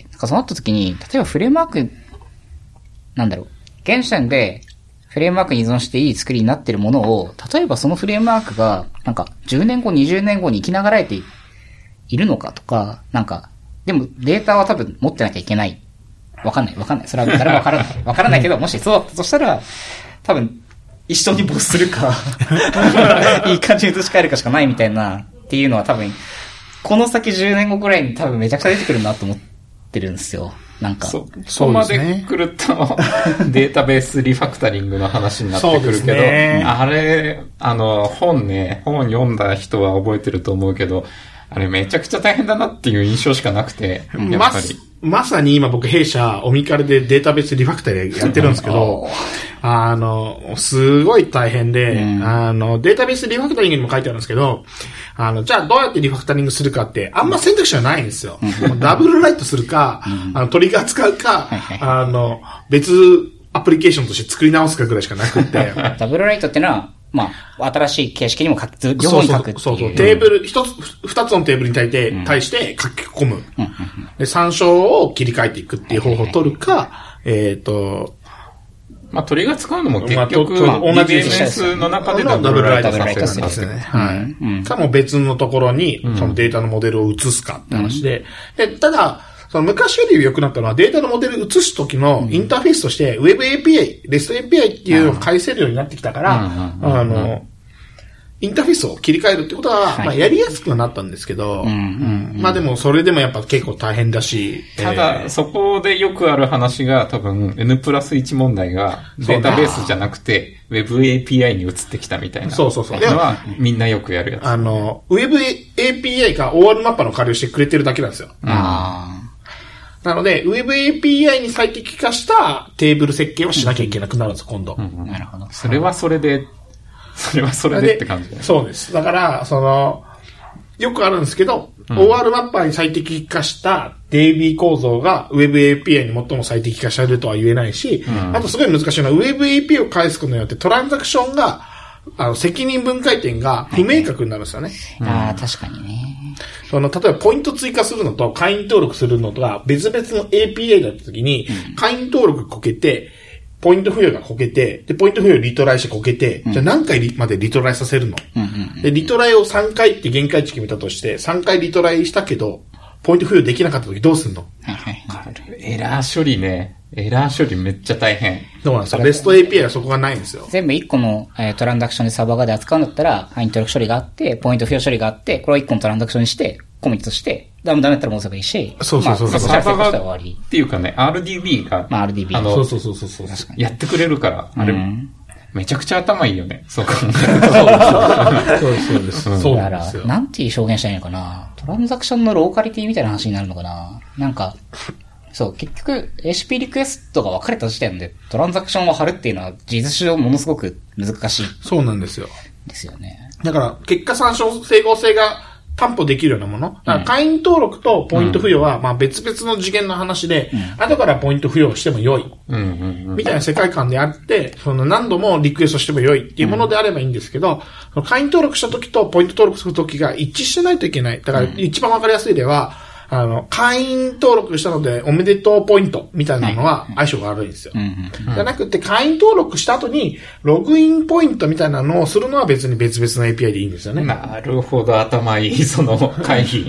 なんかそうなった時に、例えばフレームワーク、なんだろう、現時点で、フレームワークに依存していい作りになっているものを、例えばそのフレームワークが、なんかじゅうねんご、にじゅうねんごに生きながらえているのかとか、なんか、でもデータは多分持ってなきゃいけない。わかんない、わかんない。それは誰もわからない。わからないけど、もしそうだったとしたら、多分、一緒に没するか、いい感じに移し替えるかしかないみたいな、っていうのは多分、この先じゅうねんごくらいに多分めちゃくちゃ出てくるなと思ってるんですよ。 なんか。 そ、そこまで来ると、データベースリファクタリングの話になってくるけど、ね、あれ、あの、本ね、本読んだ人は覚えてると思うけど、あれめちゃくちゃ大変だなっていう印象しかなくて、やっぱり。 ま、まさに今僕弊社、オミカルでデータベースリファクタリングやってるんですけど、あの、すごい大変で、うん、あの、データベースリファクタリングにも書いてあるんですけど、あの、じゃあどうやってリファクタリングするかって、あんま選択肢はないんですよ。うん、ダブルライトするか、うん、あのトリガー使うか、あの、別アプリケーションとして作り直すかぐらいしかなくって。 ダブルライトってのは、まあ、新しい形式にも書く、両方に書くっていう。 そうそうそう。テーブル、一つ、二つのテーブルに対して、うん、対して書き込む。で、参照を切り替えていくっていう方法を取るか、えっと、 まあ、トリガー使うのも結局、まあ、同じ ビージーエス の中でダブルライトさせるんですね。 はい。かも別のところに、そのデータのモデルを移すかって話で、で、ただ、その昔より良くなったのはデータのモデル移すときのインターフェースとして Web エーピーアイ、REST エーピーアイ っていうのを返せるようになってきたから、あの、インターフェースを切り替えるってことは、まあやりやすくはなったんですけど、まあでもそれでもやっぱ結構大変だし。 ただ、そこでよくある話が多分 N プラスいち問題がデータベースじゃなくて Web エーピーアイ に移ってきたみたいな。 そうそうそう。 のはみんなよくやるやつ。 あの、Web エーピーアイ が オーアール マッパーの代わりをしてくれてるだけなんですよ。 ああ。 なので、Web エーピーアイ に最適化したテーブル設計をしなきゃいけなくなるんです、今度。 うんうん、なるほど。 それはそれで、それはそれでって感じで。 そうです。だから、その、よくあるんですけど、うん、オーアール マッパーに最適化した ディービー 構造が Web エーピーアイ に最も最適化されるとは言えないし、うん、あとすごい難しいのは Web エーピーアイ を返すことによってトランザクションがあの、責任分解点が不明確になるんですよね。 はいはい、ああ、確かにね。 その、例えばポイント追加するのと会員登録するのとが別々の エーピーアイ だった時に、うん、会員登録こけて、ポイント付与がこけて、で、ポイント付与リトライしてこけて、うん、じゃあ何回までリトライさせるの、うんうんうん、で、リトライをさんかいって限界値決めたとして、さんかいリトライしたけど、ポイント付与できなかった時どうすんの？ エラー処理ね。エラー処理めっちゃ大変。 そうなんですよ。レスト エーピーアイ はそこがないんですよ。 全部いっこの、えー、トランザクションでサーバー側で扱うんだったら、会員登録処理があって、ポイント付与処理があって、これをいっこのトランザクションにして、コミットして、ダメダメだったらもうすぐいいし。 そうそうそうそう。 まあ、サーバー側っていうかね、アールディービー が。 まあ、アールディービー。 あの、そうそうそうそうそう。 確かに。やってくれるから、あれ、うん、めちゃくちゃ頭いいよね。そうか。そうです。 そうです。そうだから、なんていう表現したらいいのかな。トランザクションのローカリティみたいな話になるのかな。なんか、そう、結局、エーシーピー リクエストが分かれた時点で、トランザクションを貼るっていうのは、事実上ものすごく難しい。 そうなんですよ。 ですよね。 だから、結果参照整合性が担保できるようなもの。だから会員登録とポイント付与は、まあ別々の次元の話で、うん、後からポイント付与しても良い。うんうんうん、みたいな世界観であって、その何度もリクエストしても良いっていうものであればいいんですけど、うん、会員登録した時とポイント登録する時が一致してないといけない。だから一番わかりやすい例は、あの、会員登録したのでおめでとうポイントみたいなのは相性が悪いんですよ。じゃなくて会員登録した後にログインポイントみたいなのをするのは別に別々の エーピーアイ でいいんですよね。 なるほど、頭いい、その会議。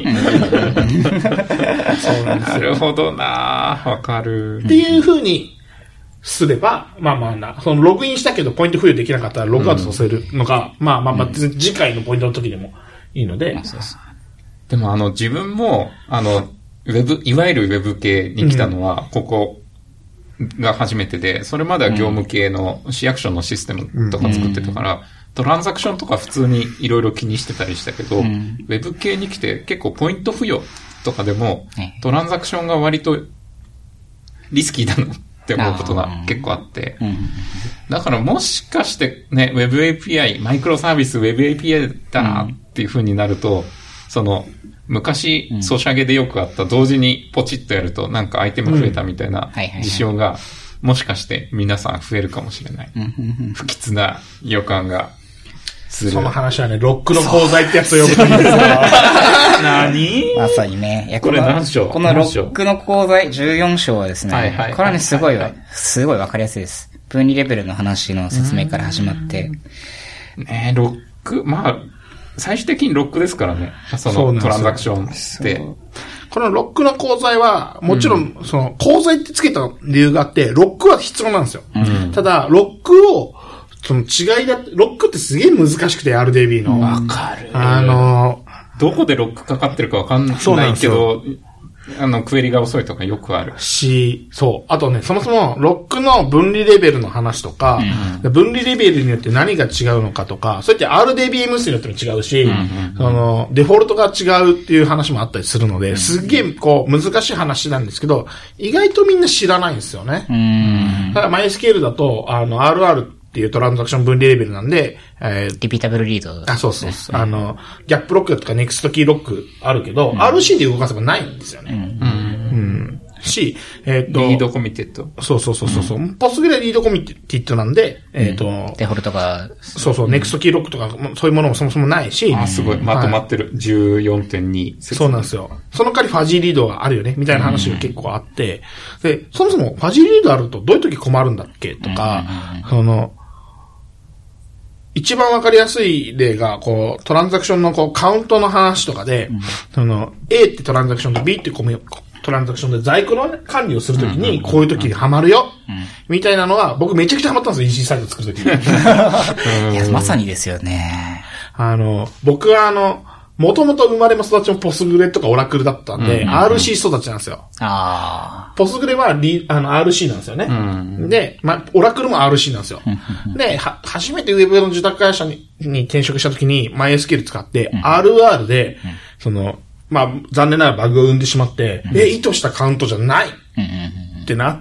そうなんですよ。なるほどな、わかる。 っていう風にすれば、まあまあな、そのログインしたけどポイント付与できなかったらログアウトさせるのが、うん、まあまあまあ、次回のポイントの時でもいいので、そうそうでもあの自分も、あの、ウェブ、いわゆるウェブ系に来たのは、ここが初めてで、それまでは業務系の市役所のシステムとか作ってたから、トランザクションとか普通にいろいろ気にしてたりしたけど、ウェブ系に来て結構ポイント付与とかでも、トランザクションが割とリスキーだなって思うことが結構あって、だからもしかしてね、ウェブエーピーアイ、マイクロサービスウェブエーピーアイだなっていう風になると、その、昔、ソシャゲでよくあった同時にポチッとやるとなんかアイテム増えたみたいな事象が、もしかして皆さん増えるかもしれない。不吉な予感がする。 その話はね、ロックの功罪ってやつを呼ぶといいんですよ。 何まさにね。いやこれ何章このロックの功罪じゅうよん章はですね、はいはいはいはい、これはね、すごい、すごいわかりやすいです。分離レベルの話の説明から始まって。 ねロック、まあ、最終的にロックですからね。そのトランザクションって。 このロックの功罪は、もちろん、その、功罪ってつけた理由があって、ロックは必要なんですよ。うん、ただ、ロックを、その違いだ、ロックってすげえ難しくて、アールディービー の。 わかる。 あのー、どこでロックかかってるかわかんないけど、 あの、クエリが遅いとかよくある。 し、そう。あとね、そもそも、ロックの分離レベルの話とか、うん、分離レベルによって何が違うのかとか、そうやって アールディービーエムエス によっても違うし、うんうんうん、その、デフォルトが違うっていう話もあったりするので、すっげえ、こう、難しい話なんですけど、意外とみんな知らないんですよね。うんだから、MySQL だと、あの、アールアール っていうトランザクション分離レベルなんで、 えー、リピータブルリード、ね。 あ、そうそうそう。あの、ギャップロックとかネクストキーロックあるけど、うん、アールシー で動かせばないんですよね。うん。うん、し、えっ、ー、と。 リードコミテッド。 そうそうそうそう。うん、ポスグレリードコミテッドなんで、えっ、ー、と、うん。 デフォルトが。 そうそう、ネクストキーロックとか、そういうものもそもそもないし。 あ、すごい。まとまってる。はい、じゅうよんてんに。 そうなんですよ。その代わりファジーリードがあるよね、みたいな話が結構あって、うん、で、そもそもファジーリードあるとどういう時困るんだっけとか、うん、その、一番わかりやすい例が、こう、トランザクションのこう、カウントの話とかで、うん、その、A ってトランザクションと B ってこうトランザクションで在庫の管理をするときに、こういうときにハマるよ、うん、みたいなのは、僕めちゃくちゃハマったんですよ、イーシー サイト作るときに。 いや、まさにですよね。 あの、僕はあの、もともと生まれも育ちもポスグレとかオラクルだったんで、うんうんうん、アールシー 育ちなんですよ。 あポスグレはリあの アールシー なんですよね。うん、で、ま、オラクルも アールシー なんですよ。で、は、初めてウェブの受託会社にに転職した時に MySQL 使って、うん、アールアール で、うん、その、まあ、残念ながらバグを生んでしまって、うん、え、意図したカウントじゃないってなって、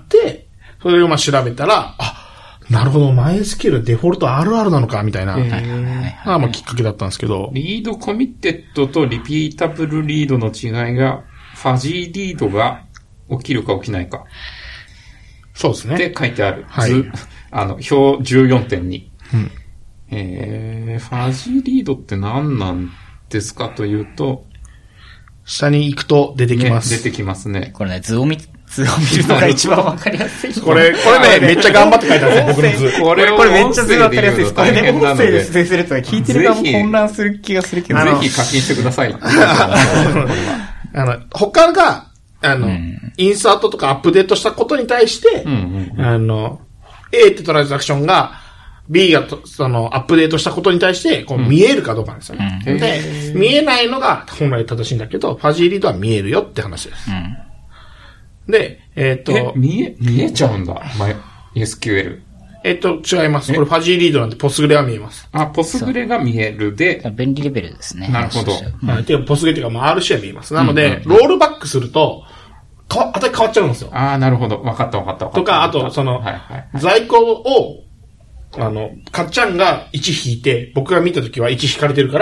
それをまあ調べたら、あ、なるほど、MySQL デフォルト アールアール なのか、みたいな、がまあきっかけだったんですけど。 リードコミッテッドとリピータブルリードの違いが、ファジーリードが起きるか起きないか。 そうですね。 って書いてある。はい。図、あの、表 じゅうよんてんに。 うん。 えー、ファジーリードって何なんですかというと、 下に行くと出てきます。 ね、出てきますね。 これね、図を見、図を見るのが一番わかりやすい。 これ、これね、めっちゃ頑張って書いてあるんですよ、僕の図。 これ、これめっちゃ図わかりやすいです。これね、音声で説明すると聞いてる側も混乱する気がするけど。 ぜひ課金してください。 あの、他が、あの、うん、インサートとかアップデートしたことに対して、うんうんうん、あの、A ってトランザクションが、B がと、その、アップデートしたことに対して、こう、見えるかどうかなんですよね。うん、で、見えないのが本来正しいんだけど、ファジーリードは見えるよって話です。うん、で、えっ、ー、とえ、見え、見えちゃうんだ。エスキューエル。 えっ、ー、と、違います。これファジーリードなんで、ポスグレは見えます。 あ、ポスグレが見えるで。 便利レベルですね。 なるほど。 うん、はい。てか、ポスグレっていうか、まあ、アールシー は見えます。なので、うんうんうん、ロールバックすると、か、あたり変わっちゃうんですよ。 ああ、なるほど。わかったわかったわかった。 とか、あと、その、はいはいはい、在庫を、あの、かっちゃんがいち引いて、僕が見たときはいち引かれてるから、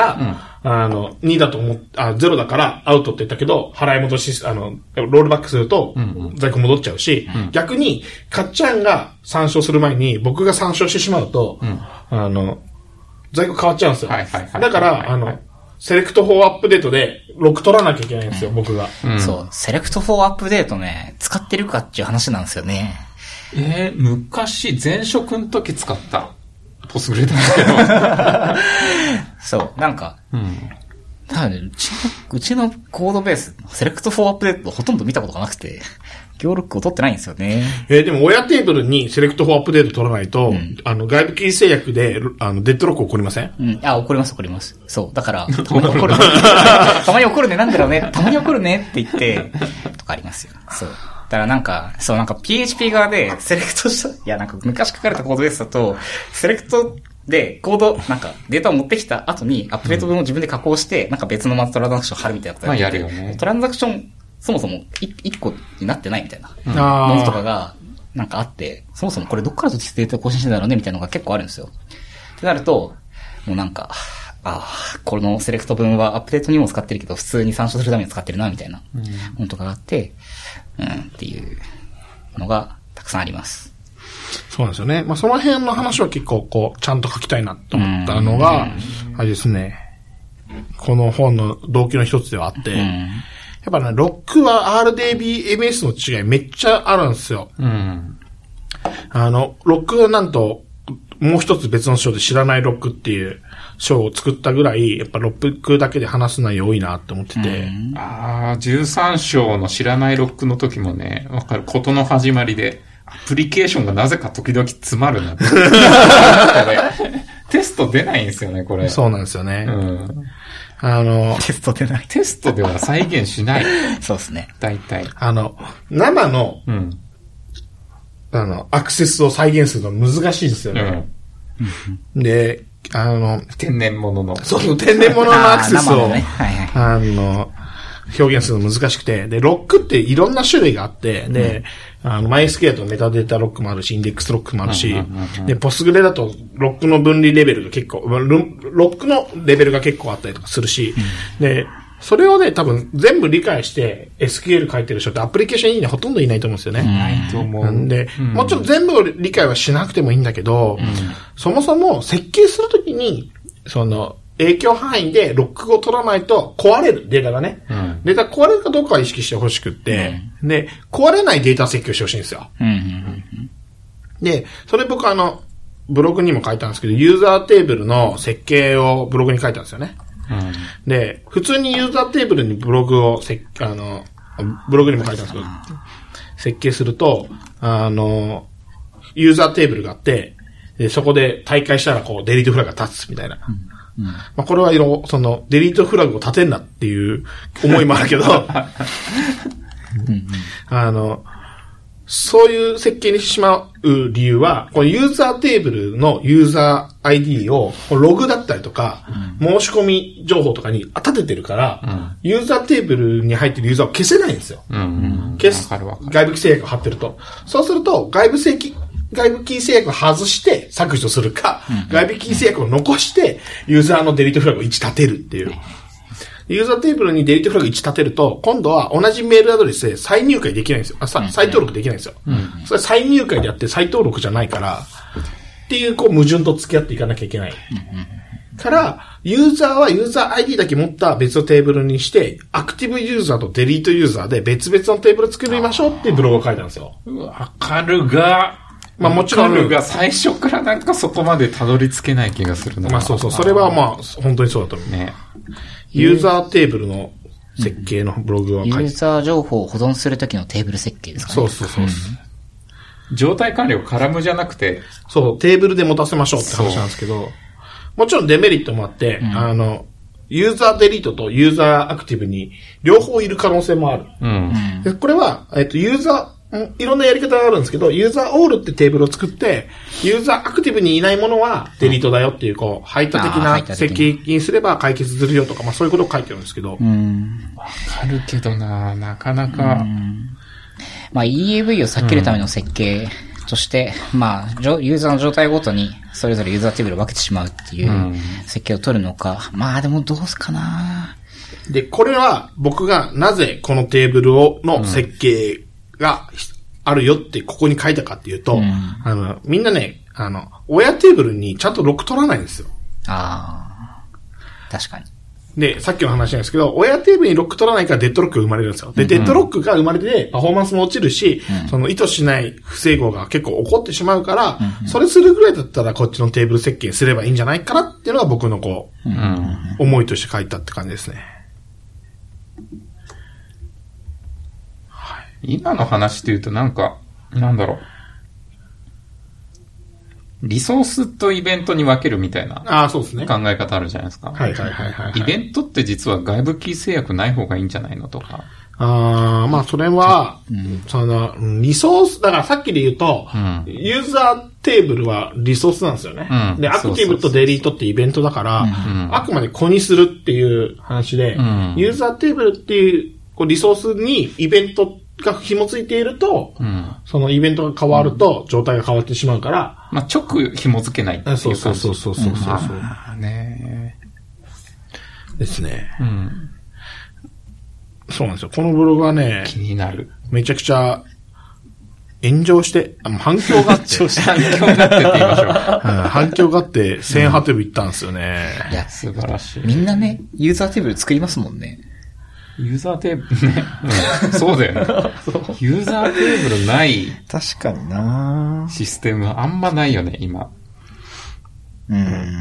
うん、あの、にだと思っ、あ、ゼロだからアウトって言ったけど、払い戻し、あの、ロールバックすると、在庫戻っちゃうし、うんうん、逆に、かっちゃんが参照する前に、僕が参照してしまうと、うん、あの、在庫変わっちゃうんですよ。 はいはいはい、 だから、あの、セレクトフォーアップデートでロック取らなきゃいけないんですよ、うん、僕が、 うん。そう、セレクトフォーアップデートね、使ってるかっていう話なんですよね。 えー、昔、前職の時使った。ポスグレだけど。 そう、なんか、うん、多分ね、うちの、うちのコードベース、セレクトフォーアップデートほとんど見たことがなくて、行ロックを取ってないんですよね。 えー、でも親テーブルにセレクトフォーアップデート取らないと、うん、あの、外部キー制約で、あの、デッドロック起こりません？ うん。あ、起こります、起こります。そう。だから、たまに起こる。たまに起こるね、なんだろうね、たまに起こるねって言って、とかありますよ。そう。だからなんか、そうなんか ピーエイチピー 側でセレクトした、いやなんか昔書かれたコードベースだと、セレクトでコード、なんかデータを持ってきた後にアップデート分を自分で加工して、うん、なんか別のまたトランザクション貼るみたいなことやって、まあ、やるよね。 トランザクション、そもそも一個になってないみたいな、ものとかが、なんかあって、そもそもこれどっからとデータ更新してんだろうねみたいなのが結構あるんですよ。ってなると、もうなんか、ああ、このセレクト分はアップデートにも使ってるけど、普通に参照するために使ってるな、みたいなものとかがあって、うん、っていうのがたくさんあります。 そうなんですよね。まあ、その辺の話は結構、こう、ちゃんと書きたいなと思ったのが、あれですね、この本の動機の一つではあって、やっぱね、ロックは アールディービーエムエス の違いめっちゃあるんですよ。うん、あの、ロックはなんと、もう一つ別の章で知らないロックっていう章を作ったぐらい、やっぱロックだけで話す内容多いなって思ってて。 うん、ああ、じゅうさん章の知らないロックの時もね、わかる。ことの始まりで、アプリケーションがなぜか時々詰まるなって。テスト出ないんですよね、これ。 そうなんですよね。うん、 あの、 テストでない。 テストでは再現しない。 そうですね。 大体。 あの、生の、 うん。 あの、アクセスを再現するの難しいですよね。うん、で、あの、 天然物の。 そうそう、天然物のアクセスを、 ねはいはい、 あの、表現するの難しくて、で、ロックっていろんな種類があって、で、うん、あの、マイスケートのメタデータロックもあるし、インデックスロックもあるし、うんうんうんうん、で、ポスグレだと、ロックの分離レベルが結構、ロックのレベルが結構あったりとかするし、うん、で、それをね、多分全部理解して エスキューエル 書いてる人ってアプリケーションエンジニアほとんどいないと思うんですよね。 ないと思う。 で、 うん、 もちろん全部を理解はしなくてもいいんだけど、うん、そもそも設計するときに、その、影響範囲でロックを取らないと壊れるデータがね、うん、データ壊れるかどうかは意識してほしくって、うん、で、壊れないデータ設計をしてほしいんですよ。 うんうんうん、 で、それ僕あの、ブログにも書いたんですけど、ユーザーテーブルの設計をブログに書いたんですよね。うん、で、普通にユーザーテーブルにブログをせあの、ブログにも書いたんですけど、設計すると、あの、ユーザーテーブルがあって、でそこで大会したらこうデリートフラグが立つみたいな。うんうん、まあ、これはいろ、その、デリートフラグを立てんなっていう思いもあるけど、うんうん、あの、そういう設計にしてしまう理由は、このユーザーテーブルのユーザー アイディー をログだったりとか、うん、申し込み情報とかに立ててるから、うん、ユーザーテーブルに入ってるユーザーを消せないんですよ。うんうん、消す。外部規制約を貼ってると。そうすると、外部正規、外部キー制約を外して削除するか、うん、外部キー制約を残してユーザーのデリートフラグをいち立てるっていう。ユーザーテーブルにデリートフラグいち立てると、今度は同じメールアドレスで再入会できないんですよ。あ再登録できないんですよ。うん、それ再入会であって再登録じゃないから、っていうこう矛盾と付き合っていかなきゃいけない。から、ユーザーはユーザー アイディー だけ持った別のテーブルにして、アクティブユーザーとデリートユーザーで別々のテーブル作りましょうっていうブログを書いたんですよ。 わかるが、まあもちろん。が最初からなんかそこまでたどり着けない気がするな。 まあそうそう。それはまあ本当にそうだと思う。ね。ユーザーテーブルの設計のブログは書いて、うん、 ユーザー情報を保存するときのテーブル設計ですかね。 そうそうそう、 うん。状態管理をカラムじゃなくて。 そう、テーブルで持たせましょうって話なんですけど、もちろんデメリットもあって、うん、あの、ユーザーデリートとユーザーアクティブに両方いる可能性もある。うん、でこれは、えっと、ユーザー、いろんなやり方があるんですけど、ユーザーオールってテーブルを作って、ユーザーアクティブにいないものはデリートだよっていう、こう、排他的な設計にすれば解決するよとか、まあそういうことを書いてるんですけど。 うん。わかるけどな、なかなか。うん、 まあ イーエーブイ を避けるための設計として、うん、まあ、ユーザーの状態ごとにそれぞれユーザーテーブルを分けてしまうっていう設計を取るのか。うん、まあでもどうすかな。 で、これは僕がなぜこのテーブルを、の設計、うんがあるよってここに書いたかっていうと、うん、あの、みんなね、あの、親テーブルにちゃんとロック取らないんですよ。 ああ。確かに。 で、さっきの話なんですけど、親テーブルにロック取らないからデッドロックが生まれるんですよ。で、うん、デッドロックが生まれてパフォーマンスも落ちるし、うん、その意図しない不整合が結構起こってしまうから、うん、それするぐらいだったらこっちのテーブル設計すればいいんじゃないかなっていうのが僕のこう、うん、思いとして書いたって感じですね。 今の話で言うとなんか、なんだろう。リソースとイベントに分けるみたいなああ、そうですね。 考え方あるじゃないですか。 はいはいはいはい、はい。 イベントって実は外部キー制約ない方がいいんじゃないのとか。 ああ、まあそれは、うん、その、リソース、だからさっきで言うと、うん、ユーザーテーブルはリソースなんですよね。うん、で、アクティブとデリートってイベントだから、うん、あくまで子にするっていう話で、うん、ユーザーテーブルっていうこうリソースにイベントが紐ついていると、うん、そのイベントが変わると状態が変わってしまうから、 まあ直紐付けないっていう感じ。 そうそうそうそうそうそう、うんまあ、ねですね、うん。そうなんですよ。このブログはね、 気になる。 めちゃくちゃ炎上して、あ反響があって、 反響があってって言いましょう。 反響があってせんはテーブル行ったんですよね。 いや素晴らしい。みんなねユーザーテーブル作りますもんね。 ユーザーテーブルね。うん、そうだよね。ユーザーテーブルない。 確かになシステムあんまないよね、今。 うん。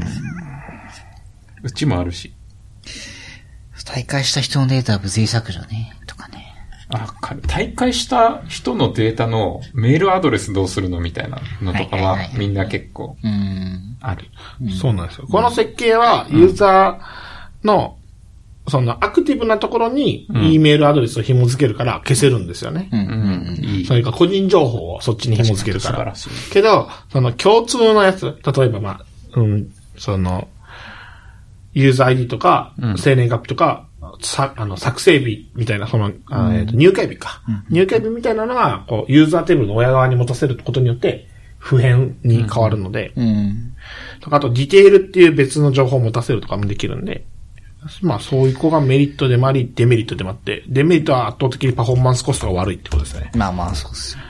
うちもあるし。 大会した人のデータは物理削除ね、とかね。 あ、大会した人のデータのメールアドレスどうするのみたいなのとかはみんな結構ある。 そうなんですよ。この設計はユーザーのそのアクティブなところに E メールアドレスを紐付けるから消せるんですよね。 うんうんうん。 それか個人情報をそっちに紐付けるから。 素晴らしい。 けど、その共通のやつ、例えばまあ、うん、その、ユーザー アイディー とか、うん、生年月日とか、さ、あの、作成日みたいな、その、うん、えっと、入会日か、うん。入会日みたいなのが、こう、ユーザーテーブルの親側に持たせることによって、普遍に変わるので、うんうん、とか、あと、ディテールっていう別の情報を持たせるとかもできるんで、まあ、そういう子がメリットでもあり、デメリットでもあって、デメリットは圧倒的にパフォーマンスコストが悪いってことですね。 まあまあ、そうですよね。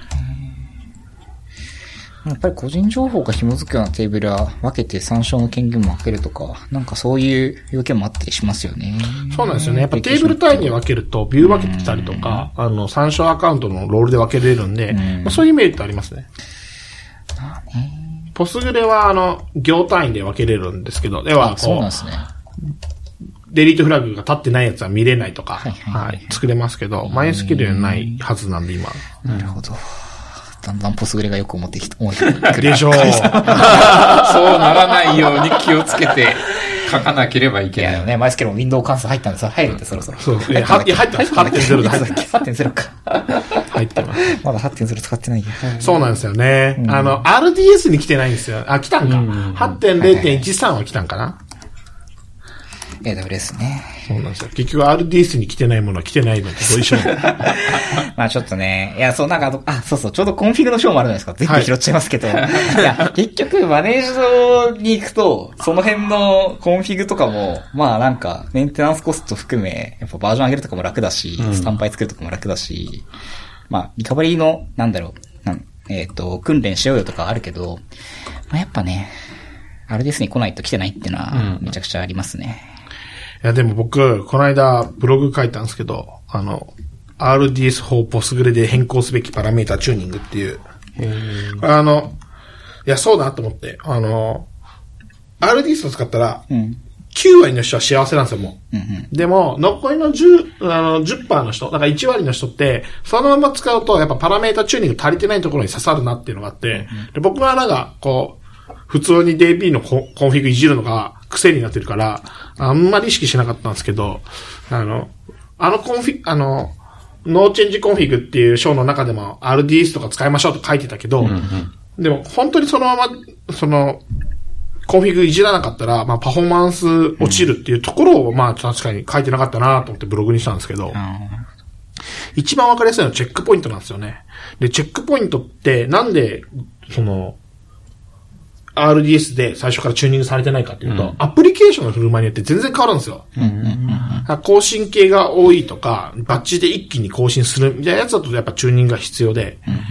やっぱり個人情報が紐づくようなテーブルは分けて参照の権限も分けるとか、なんかそういう要件もあったりしますよね。 そうなんですよね。やっぱテーブル単位に分けると、ビュー分けてたりとか、あの、参照アカウントのロールで分けれるんで、まあ、そういうメリットありますね。まあね。ポスグレは、あの、行単位で分けれるんですけど、では、こう、 そうなんですね。 デリートフラグが立ってないやつは見れないとか、はいはいはいはい、作れますけど、マイスキルはないはずなんで、今。 なるほど。だんだんポスグレがよく思ってきて、思ってくる。 でしょう。 そうならないように気をつけて書かなければいけない。 いやね、マイスキルもウィンドウ関数入ったんですよ。入るんで、そろそろ。 そう。いや、入ってます。はちてんゼロ で入ってます。 はちてんゼロ か。 入ってます。 まだ はちてんゼロ 使ってないや。 そうなんですよね。うん、あの、アールディーエス に来てないんですよ。あ、来たんか。うん、はちてんゼロてんいちさん は来たんかな。 エーダブリュエス ね。 そうなんですよ。結局 アールディーエス に来てないものは来てないのと一緒に。 まあちょっとね、いや、そうなんか、あ、そうそう、ちょうどコンフィグの章もあるじゃないですか。全部拾っちゃいますけど。はい、いや、結局マネージドに行くと、その辺のコンフィグとかも、まあなんか、メンテナンスコスト含め、やっぱバージョン上げるとかも楽だし、うん、スタンパイ作るとかも楽だし、まあ、リカバリーの、なんだろう、なんえっ、ー、と、訓練しようよとかあるけど、まあやっぱね、アールディーエス に来ないと来てないっていうのは、めちゃくちゃありますね。うんいやでも僕、この間ブログ書いたんですけど、あの、アールディーエス 法ポスグレで変更すべきパラメータチューニングっていう。これあの、いやそうだと思って、あの、アールディーエス を使ったら、きゅうわりの人は幸せなんですよ、もう。うんうん、でも、残りのじゅう、あの、じゅっパーセント の人、だからいちわりの人って、そのまま使うと、やっぱパラメータチューニング足りてないところに刺さるなっていうのがあって、うんうん、で僕はなんか、こう、普通に ディービー のコンフィグいじるのが癖になってるから、あんまり意識しなかったんですけど、あの、あのコンフィ、あの、ノーチェンジコンフィグっていう章の中でも アールディーエス とか使いましょうと書いてたけど、うんうん、でも本当にそのまま、その、コンフィグいじらなかったら、まあパフォーマンス落ちるっていうところを、まあ確かに書いてなかったなと思ってブログにしたんですけど、うん、一番わかりやすいのはチェックポイントなんですよね。で、チェックポイントってなんで、その、アールディーエス で最初からチューニングされてないかっていうと、うん、アプリケーションの振る舞いによって全然変わるんですよ。うんうんうん、更新系が多いとか、バッチで一気に更新するみたいなやつだとやっぱチューニングが必要で、うんうんうん、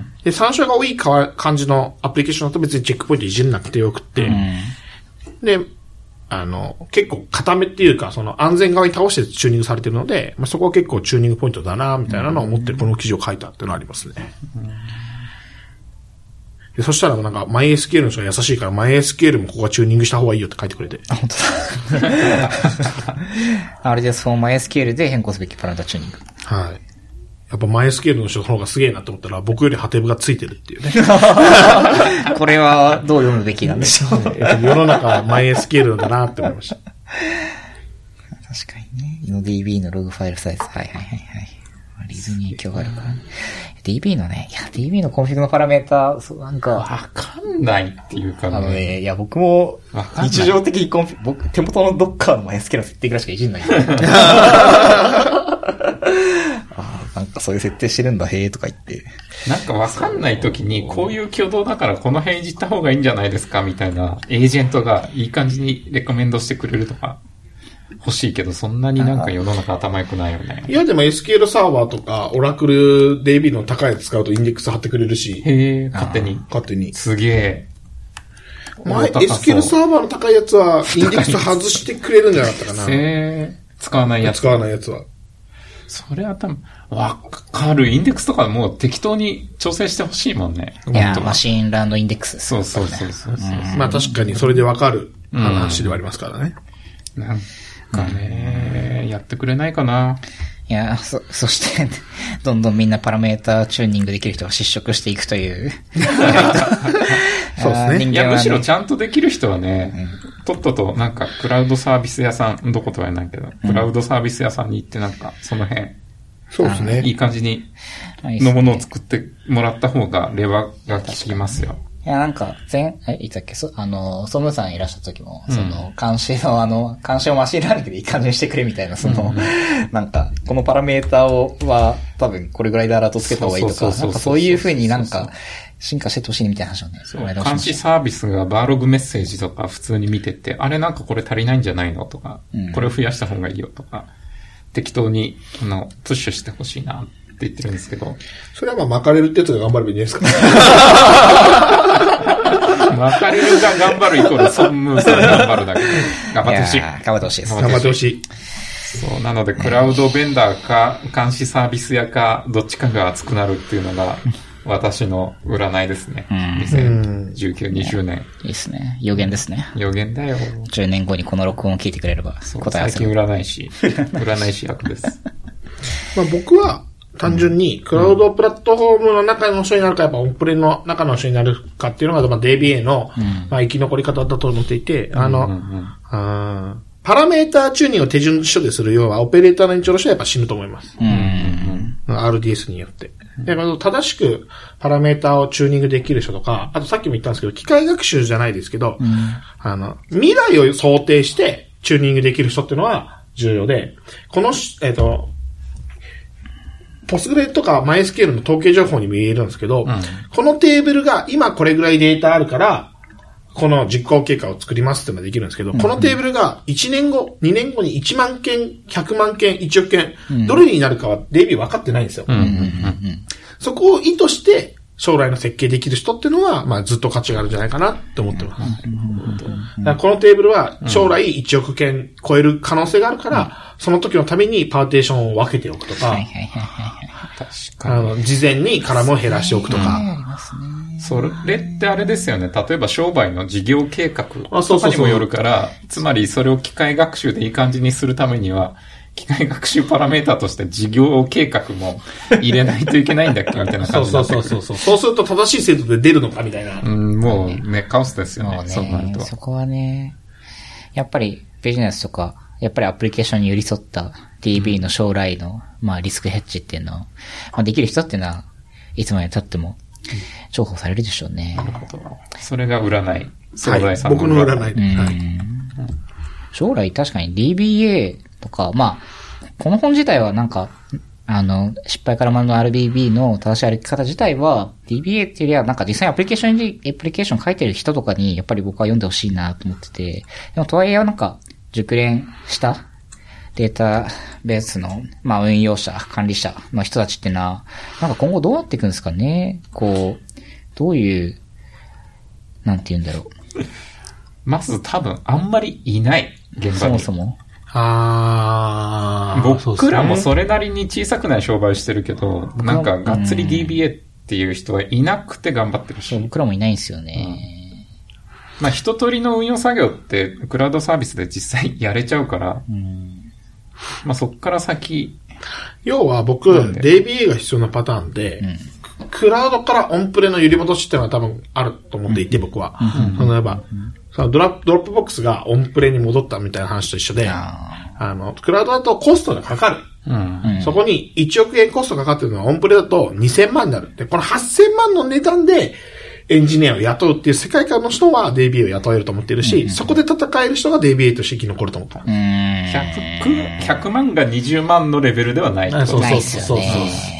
で、参照が多い感じのアプリケーションだと別にチェックポイントいじんなくてよくって、うん、で、あの、結構固めっていうか、その安全側に倒してチューニングされてるので、まあ、そこは結構チューニングポイントだな、みたいなのを思ってこの記事を書いたっていうのがありますね。うんでそしたらなんか マイエスキューエル の人が優しいから マイエスキューエル もここはチューニングした方がいいよって書いてくれて。 あ、本当だ。アールディーエス フォー マイエスキューエル で変更すべきパラメータチューニング。 はい。やっぱ マイエスキューエル の人の方がすげえなと思ったら僕よりハテブがついてるっていうね。 これはどう読むべきなんでしょう。 世の中は マイエスキューエル だなって思いました。確かにね。イノ ディービー のログファイルサイズ。はいはいはいはい。リズに影響があるから、ね。ディービー のね、いや、ディービー のコンフィグのパラメータ、そう、なんか。 わかんないっていうかね。 あのね、いや、僕も、日常的にコンフィグ、僕、手元のドッカーの マイエスキューエル の設定ぐらいしかいじんない。あなんかそういう設定してるんだ、へーとか言って。 なんかわかんないときに、こういう挙動だからこの辺いじった方がいいんじゃないですかみたいな、エージェントがいい感じにレコメンドしてくれるとか。欲しいけど、そんなになんか世の中頭良くないよね。 いや、でも エスキューエル サーバーとか、オラクル ディービー の高いやつ使うとインデックス貼ってくれるし。 へえ、勝手に。 勝手に。 すげえ。 まあ、エスキューエル サーバーの高いやつは、インデックス外してくれるんじゃなかったかな。 へえ。使わないやつ。 使わないやつは。 それ頭、わかる。インデックスとかもう適当に調整してほしいもんね。 いや、マシンランドインデックス。 そうそうそうそうそう。 まあ確かにそれでわかる話ではありますからね。 なんかね、やってくれないかな。 いや、そ、そして、どんどんみんなパラメータチューニングできる人が失職していくという。 そうですね。 いや、むしろちゃんとできる人はね、うん、とっととなんかクラウドサービス屋さん、どことは言えないけど、クラウドサービス屋さんに行ってなんか、その辺、 そうですね。 いい感じに、のものを作ってもらった方が、レバーが効きますよ。 いや、なんか、前、え、いつだっけ、そ、あの、ソムさんいらっしゃった時も、うん、その、監視のあの、監視をマシンラーニングでいい感じにしてくれみたいな、その、うん、なんか、このパラメータをは、多分これぐらいでアラートつけた方がいいとか、なんかそういう風になんか、進化してってほしいみたいな話をね。 そう。監視サービスがバーログメッセージとか普通に見てて、あれなんかこれ足りないんじゃないのとか、うん、これを増やした方がいいよとか、適当に、あの、プッシュしてほしいなって言ってるんですけど。 それはまあ巻かれるってやつが頑張ればいいんじゃないですか。巻かれるが頑張るイコールソンムーさん頑張るだけで。頑張ってほしい。 頑張ってほしいです。 頑張ってほしい。 そう、なので、クラウドベンダーか、監視サービス屋か、どっちかが熱くなるっていうのが、私の占いですね。うん、にせんじゅうきゅう、にじゅうねん。 いいですね。予言ですね。 予言だよ。 じゅうねんごにこの録音を聞いてくれれば答え合わせ。 最近占い師。占い師役です。 まあ僕は、単純に、クラウドプラットフォームの中の人になるか、やっぱオンプレの中の人になるかっていうのが、まあ ディービーエー の、まあ生き残り方だと思っていて、あの、うんうんうん、あパラメータチューニングを手順書でするようは、オペレーターの延長の人はやっぱ死ぬと思います。うんうんうん、アールディーエス によって。だから正しくパラメータをチューニングできる人とか、あとさっきも言ったんですけど、機械学習じゃないですけど、うん、あの、未来を想定してチューニングできる人っていうのは重要で、この、えっと、ポスグレとかマイスケールの統計情報にも言えるんですけど、うん、このテーブルが今これぐらいデータあるから、この実行経過を作りますってのができるんですけど、うんうん、このテーブルがいちねんご、にねんごにいちまんけん、ひゃくまんけん、いちおくけん、うん、どれになるかはデイビー分かってないんですよ。うんうんうんうん、そこを意図して将来の設計できる人っていうのは、まあずっと価値があるんじゃないかなって思ってます。うんうんうん、だからこのテーブルは将来いちおくけん超える可能性があるから、うん、その時のためにパーテーションを分けておくとか、はいはいはいはい、確かにあの事前にカラムを減らしておくとか、 うん、それってあれですよね。例えば商売の事業計画とかにもよるから、つまりそれを機械学習でいい感じにするためには、機械学習パラメータとして事業計画も入れないといけないんだっけみたいな感じになってくる。 そうそうそうそう。そうすると正しい精度で出るのかみたいな。 うん、もうね、カオスですよね。 そうなると。そこはね、やっぱりビジネスとか、やっぱりアプリケーションに寄り添った ディービー の将来の、まあリスクヘッジっていうのを、まあ、できる人っていうのはいつまで経っても重宝されるでしょうね。 なるほど。それが占い。 総大さんの占い。はい、僕の占いで。はい、 将来確かに ディービーエー とか、まあ、この本自体はなんか、あの、失敗から学んだ アールビービー の正しい歩き方自体は、ディービーエー っていうよりは、なんか実際にアプリケーションに、アプリケーション書いてる人とかに、やっぱり僕は読んでほしいなと思ってて、でもとはいえなんか、熟練したデータベースの、まあ運用者、管理者の人たちっていうのは、なんか今後どうなっていくんですかね。こう、どういう、なんて言うんだろう。 まず多分あんまりいない、現場に。 そもそも。 ああ。僕らもそれなりに小さくない商売してるけど、なんかがっつり ディービーエー っていう人はいなくて頑張ってるし。 そう、僕らもいないんですよね。 うん、まあ一通りの運用作業ってクラウドサービスで実際やれちゃうから、うん、まあそっから先。 要は僕、ディービーエー が必要なパターンで、うん、クラウドからオンプレの揺り戻しっていうのは多分あると思っていて、僕は。うん、例えば、そのドラップ、ドロップボックスがオンプレに戻ったみたいな話と一緒で、あ, あの、クラウドだとコストがかかる。うん、そこにいちおくえんコストがかかってるのはオンプレだとにせんまんになる。で、このはっせんまんの値段でエンジニアを雇うっていう世界観の人は ディービーエー を雇えると思っているし、うん、そこで戦える人が ディービーエー として生き残ると思った。 ひゃく、ひゃくまんがにじゅうまんのレベルではないってこと。 そうそうそうそう。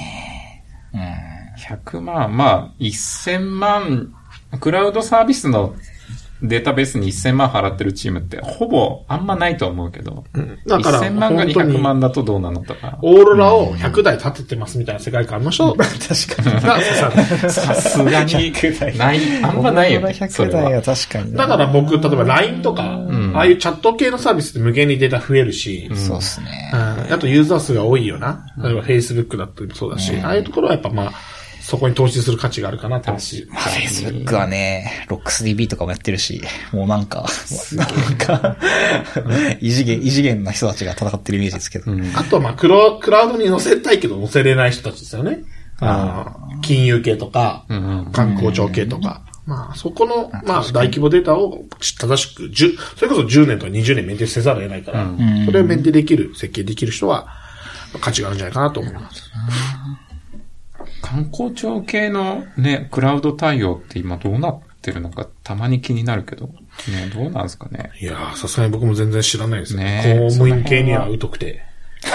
ひゃくまん、まあ、せんまん、クラウドサービスのデータベースにせんまん払ってるチームってほぼあんまないと思うけど、うん、だからせんまんがにひゃくまんだとどうなのとか。 オーロラをひゃくだい立ててますみたいな世界観の人、うん、確かに。 さすがにない、あんまないよね。 ひゃくだいは確かに。 だから僕、例えば ライン とか、うん、ああいうチャット系のサービスって無限にデータ増えるし、 うん、そうですね、 うん。あとユーザー数が多いよな。例えば Facebook だったりもそうだし、うん、ああいうところはやっぱまあ、 そこに投資する価値があるかなと思って。 まあ、Facebook はね、ロックスディービー とかもやってるし、もうなんか、なんか、異次元、異次元な人たちが戦ってるイメージですけど。うん、 あとはまあクロ、クラウドに載せたいけど載せれない人たちですよね。あの金融系とか、観光庁系とか。まあ、そこの、まあ、大規模データを正しく、じゅそれこそじゅうねんとかにじゅうねんメンテせざるを得ないから、うん、それをメンテできる、設計できる人は、価値があるんじゃないかなと思います。 観光庁系のね、クラウド対応って今どうなってるのかたまに気になるけど、ね、どうなんですかね。 いやー、さすがに僕も全然知らないですね。公務員系には疎くて。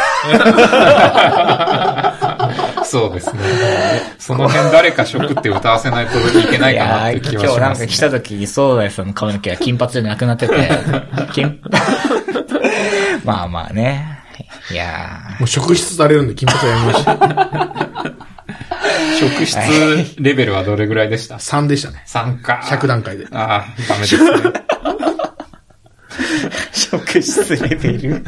そうですね。その辺誰か食って歌わせないといけないかなって気はします、ね。 今日なんか来た時にソーダイさんの髪の毛は金髪でなくなってて、金まあまあね。いやー。 もう職質されるんで金髪やめました。 職質レベルはどれぐらいでした？ さん でしたね。 さんか。 ひゃく段階で。 ああ、ダメですね。 職質レベル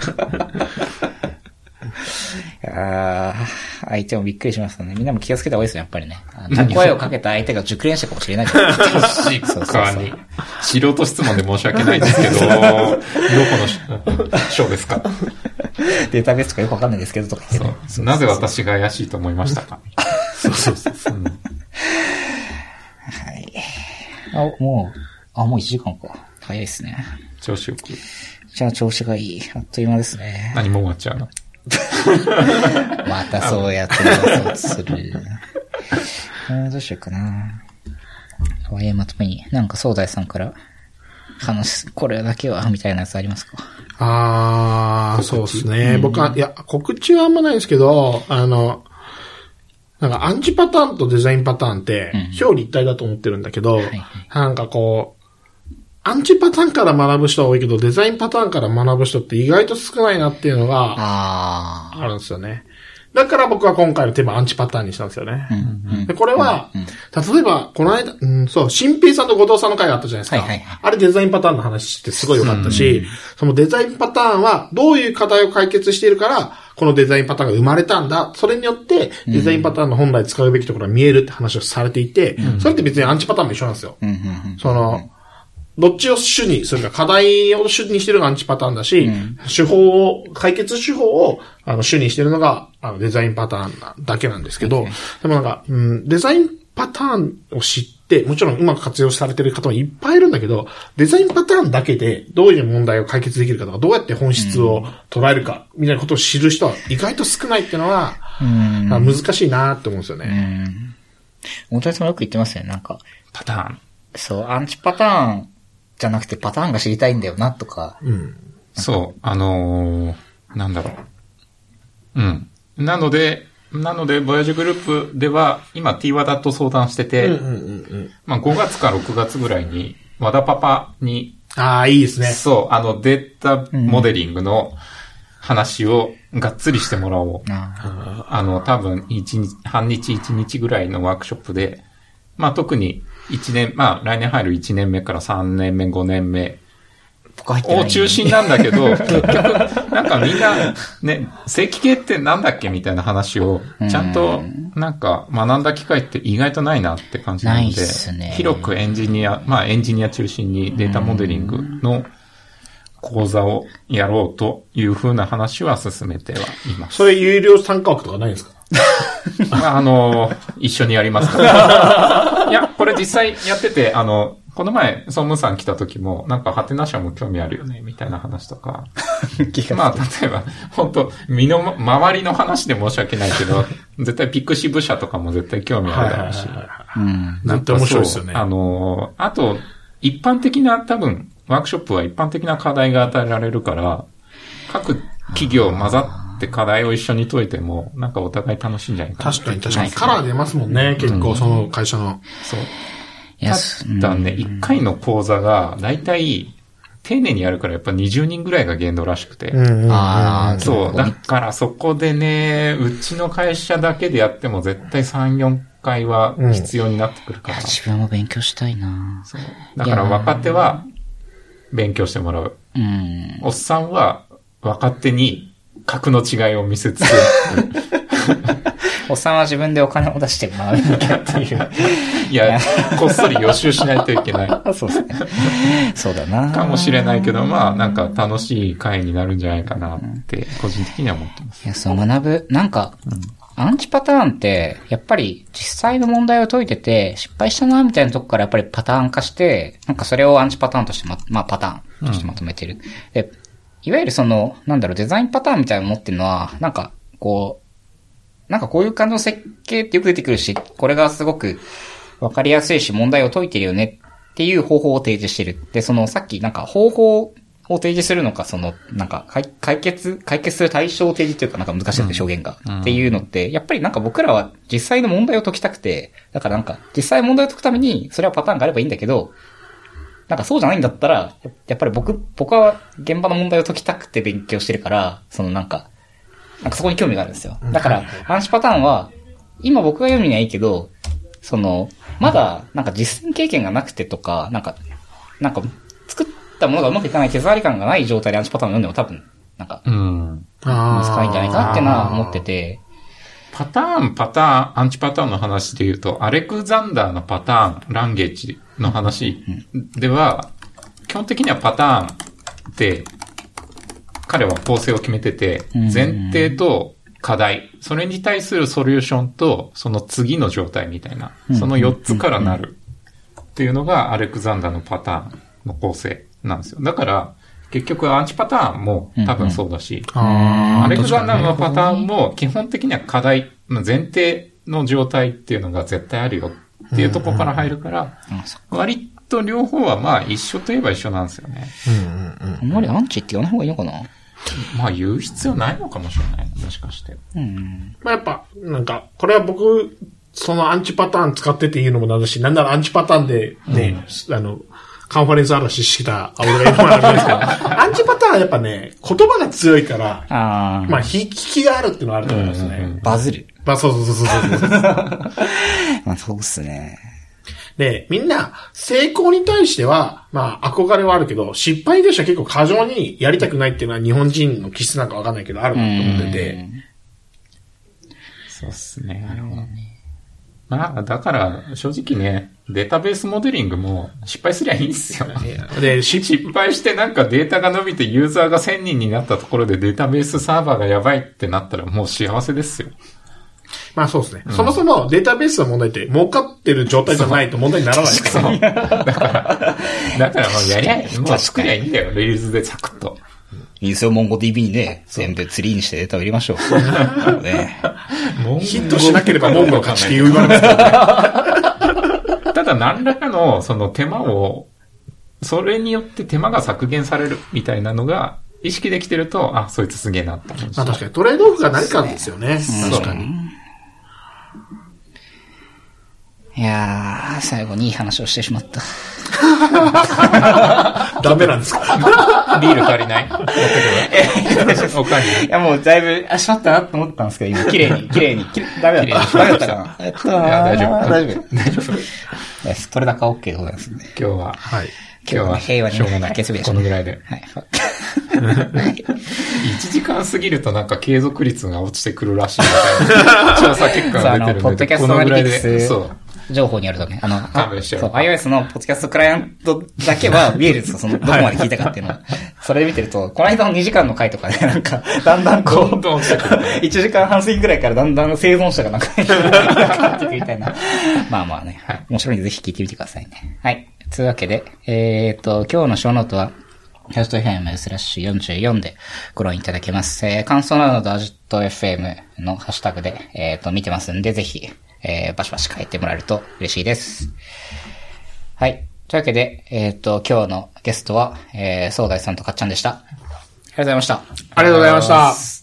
ああ、相手もびっくりしますね。みんなも気をつけた方がいいですよ、やっぱりね。声をかけた相手が熟練者かもしれないから。 確かに。素人質問で申し訳ないんですけど、どこの章ですか？ データベースとかよくわかんないですけど、とか言ってね。 そう。なぜ私が怪しいと思いましたか？ そうそうそうそう、うん。はい。 あ、もう、あ、もういちじかんか。早いですね。 調子よく。 じゃあ調子がいい。あっという間ですね。 何も終わっちゃうの？ またそうやってそうとする。どうしようかな。ワイヤーまとめに、なんか総大さんから話す、これだけは、みたいなやつありますか？ あー、そうですね。うん、僕は、いや、告知はあんまないんですけど、あの、なんかアンチパターンとデザインパターンって、表裏一体だと思ってるんだけど、うん、なんかこう、アンチパターンから学ぶ人は多いけど、デザインパターンから学ぶ人って意外と少ないなっていうのが、あるんですよね。だから僕は今回のテーマアンチパターンにしたんですよね。うんうん、でこれは、うんうん、例えば、この間、うん、そう、新平さんと後藤さんの会があったじゃないですか。はいはいはい、あれデザインパターンの話してすごい良かったし、うん、そのデザインパターンはどういう課題を解決しているから、このデザインパターンが生まれたんだ。それによって、デザインパターンの本来使うべきところが見えるって話をされていて、うん、それって別にアンチパターンも一緒なんですよ。うんうんうん、その、どっちを主にするか、課題を主にしてるのがアンチパターンだし、うん、手法を、解決手法を、あの、主にしてるのが、あの、デザインパターンなだけなんですけど、うん、でもなんか、うん、デザインパターンを知って、もちろんうまく活用されてる方もいっぱいいるんだけど、デザインパターンだけでどういう問題を解決できるかとか、どうやって本質を捉えるか、みたいなことを知る人は意外と少ないっていうのは、うん、難しいなって思うんですよね。 大谷さんもよく言ってますよね、なんか。 パターン。 そう、アンチパターン、じゃなくてパターンが知りたいんだよなとか。 うん。そう。あのー、なんだろう。うん。なので、なので、ボヤージュグループでは、今 T ワダと相談してて、うんうんうんうん、まあごがつかろくがつぐらいに、和田パパに、 ああ、いいですね。 そう、あの、データモデリングの話をがっつりしてもらおう。うん、あ, あの、多分、一日、半日一日ぐらいのワークショップで、まあ特に、一年、まあ来年入る一年目から三年目、五年目を中心なんだけど、結局、なんかみんな、ね、正規系ってなんだっけみたいな話を、ちゃんとなんか学んだ機会って意外とないなって感じなので、ね、広くエンジニア、まあエンジニア中心にデータモデリングの講座をやろうというふうな話は進めてはいます。 それ有料参加枠とかないんですか？ あの、一緒にやりますから。いや、これ実際やってて、あの、この前、総務さん来た時も、なんか、ハテナ社も興味あるよね、みたいな話とか。まあ、例えば、本当身の、周りの話で申し訳ないけど、絶対ピクシブ社とかも絶対興味あるだろうし。 うん。絶対面白いですよね。 あの、あと、一般的な、多分、ワークショップは一般的な課題が与えられるから、各企業混ざって課題を一緒に解いても、なんかお互い楽しいんじゃないかな。 確かに確かに。カラー出ますもんね、結構その会社の。 そう。ただね、一回の講座が、だいたい、丁寧にやるからやっぱにじゅうにんぐらいが限度らしくて。ああ、そう。だからそこでね、うちの会社だけでやっても絶対さん、よんかいは必要になってくるから。うん、 自分も勉強したいな。 そう。だから若手は勉強してもらう。うん、おっさんは若手に格の違いを見せつつおっさんは自分でお金を出して学びなきゃっていう。 いや、こっそり予習しないといけない。 そうですね。そうだな。 かもしれないけど、まあ、なんか楽しい会になるんじゃないかなって、個人的には思ってます。 いや、そう学ぶ、なんか、うんアンチパターンって、やっぱり実際の問題を解いてて、失敗したな、みたいなとこからやっぱりパターン化して、なんかそれをアンチパターンとしてま、まあパターンとしてまとめてる。うん、で、いわゆるその、なんだろう、デザインパターンみたいなのを持ってるのは、なんか、こう、なんかこういう感じの設計ってよく出てくるし、これがすごくわかりやすいし、問題を解いてるよねっていう方法を提示してる。で、そのさっきなんか方法、を提示するのか、その、なんか、解決、解決する対象を提示というか、なんか難しいって表現が、うん、っていうのって、やっぱりなんか僕らは実際の問題を解きたくて、だからなんか、実際問題を解くために、それはパターンがあればいいんだけど、なんかそうじゃないんだったら、やっぱり僕、僕は現場の問題を解きたくて勉強してるから、そのなんか、なんかそこに興味があるんですよ。だから、アンチパターンは、今僕が読むにはいいけど、その、まだ、なんか実践経験がなくてとか、なんか、なんか、作ったものがうまくいかない手触り感がない状態でアンチパターンを読んでも多分、なんか、うん。難しいんじゃないかなっていうのは思ってて。 パターン、パターン、アンチパターンの話で言うと、アレクザンダーのパターン、ランゲージの話では、基本的にはパターンで、彼は構成を決めてて、前提と課題、それに対するソリューションと、その次の状態みたいな、そのよっつからなるっていうのがアレクザンダーのパターンの構成なんですよ。だから、結局アンチパターンも多分そうだし、うんうん、アレクザンダーのパターンも基本的には課題、前提の状態っていうのが絶対あるよっていうところから入るから、割と両方はまあ一緒といえば一緒なんですよね。 うんうんうん、あんまりアンチって言わない方がいいのかな？ まあ言う必要ないのかもしれない。もしかして。 うん、まあやっぱ、なんか、これは僕、そのアンチパターン使ってっていうのもなんだし、なんならアンチパターンでね、うん、あの、カンファレンス嵐した青がいるもあるんですけど、アンチパターンはやっぱね、言葉が強いから、あまあ、引きがあるっていうのはあると思いますね。うんうんうん、 バズる。 まあ、そうそうそうそうそうまあ、そうっすね。 で、みんな、成功に対しては、まあ、憧れはあるけど、失敗に対しては結構過剰にやりたくないっていうのは日本人の気質なんかわかんないけど、あるなと思ってて。 そうっすね。なるほどね。まあ、だから、正直ね、データベースモデリングも失敗すりゃいいんですよ。で、失敗してなんかデータが伸びてユーザーがせんにんになったところでデータベースサーバーがやばいってなったらもう幸せですよ。 まあそうですね、うん。そもそもデータベースの問題って儲かってる状態じゃないと問題にならないから。 だから、だからもうやりゃいい、もう作りゃいいんだよ、レイルズでサクッと。 いいですよ、モンゴ ディービー にね、全部ツリーにしてデータを入れましょう。ね、 ヒットしなければモンゴの勝ちって言うわけですけどね。 ただ何らかのその手間を、それによって手間が削減されるみたいなのが意識できてると、あ、そいつすげえなって思うし。 まあ確かにトレードオフが何かですよね。確かに。 いやー、最後にいい話をしてしまった。 ダメなんですか？ ビール足りない？おかに。 いやもうだいぶ、あ、しまったなと思ったんですけど、今、綺麗に、綺麗に、ダメだった。ダメだったかな。えっと、いや、大丈夫。大丈夫。大丈夫。です。取れ高 OK でございますね。 今日は。はい。 今日は平和に。 しょうがない。このぐらいで。はい。いちじかん過ぎるとなんか継続率が落ちてくるらしいみたいな調査結果が出てるんで、 ポッドキャストアナリティクス。 そう。 情報によるとね、あの、 勘弁してよ。 そう、iOS のポッドキャストクライアントだけは見えるんですよ、その、どこまで聞いたかっていうのは。それで見てると、この間のにじかんの回とかね、なんか、だんだんこう、どんどんいちじかんはん過ぎぐらいからだんだん生存者がなんか、なっていくみたいな。まあまあね、はい、面白いんでぜひ聞いてみてくださいね。はい。というわけで、えーと、今日のショーノートは、キャスト エフエム スラッシュよんじゅうよんでご覧いただけます。えー、感想などアジット エフエム のハッシュタグで、えーと、見てますんで、ぜひ、えー、バシバシ書いてもらえると嬉しいです。はい。というわけで、えっと、今日のゲストは、えー、総大さんとかっちゃんでした。ありがとうございました。 ありがとうございました。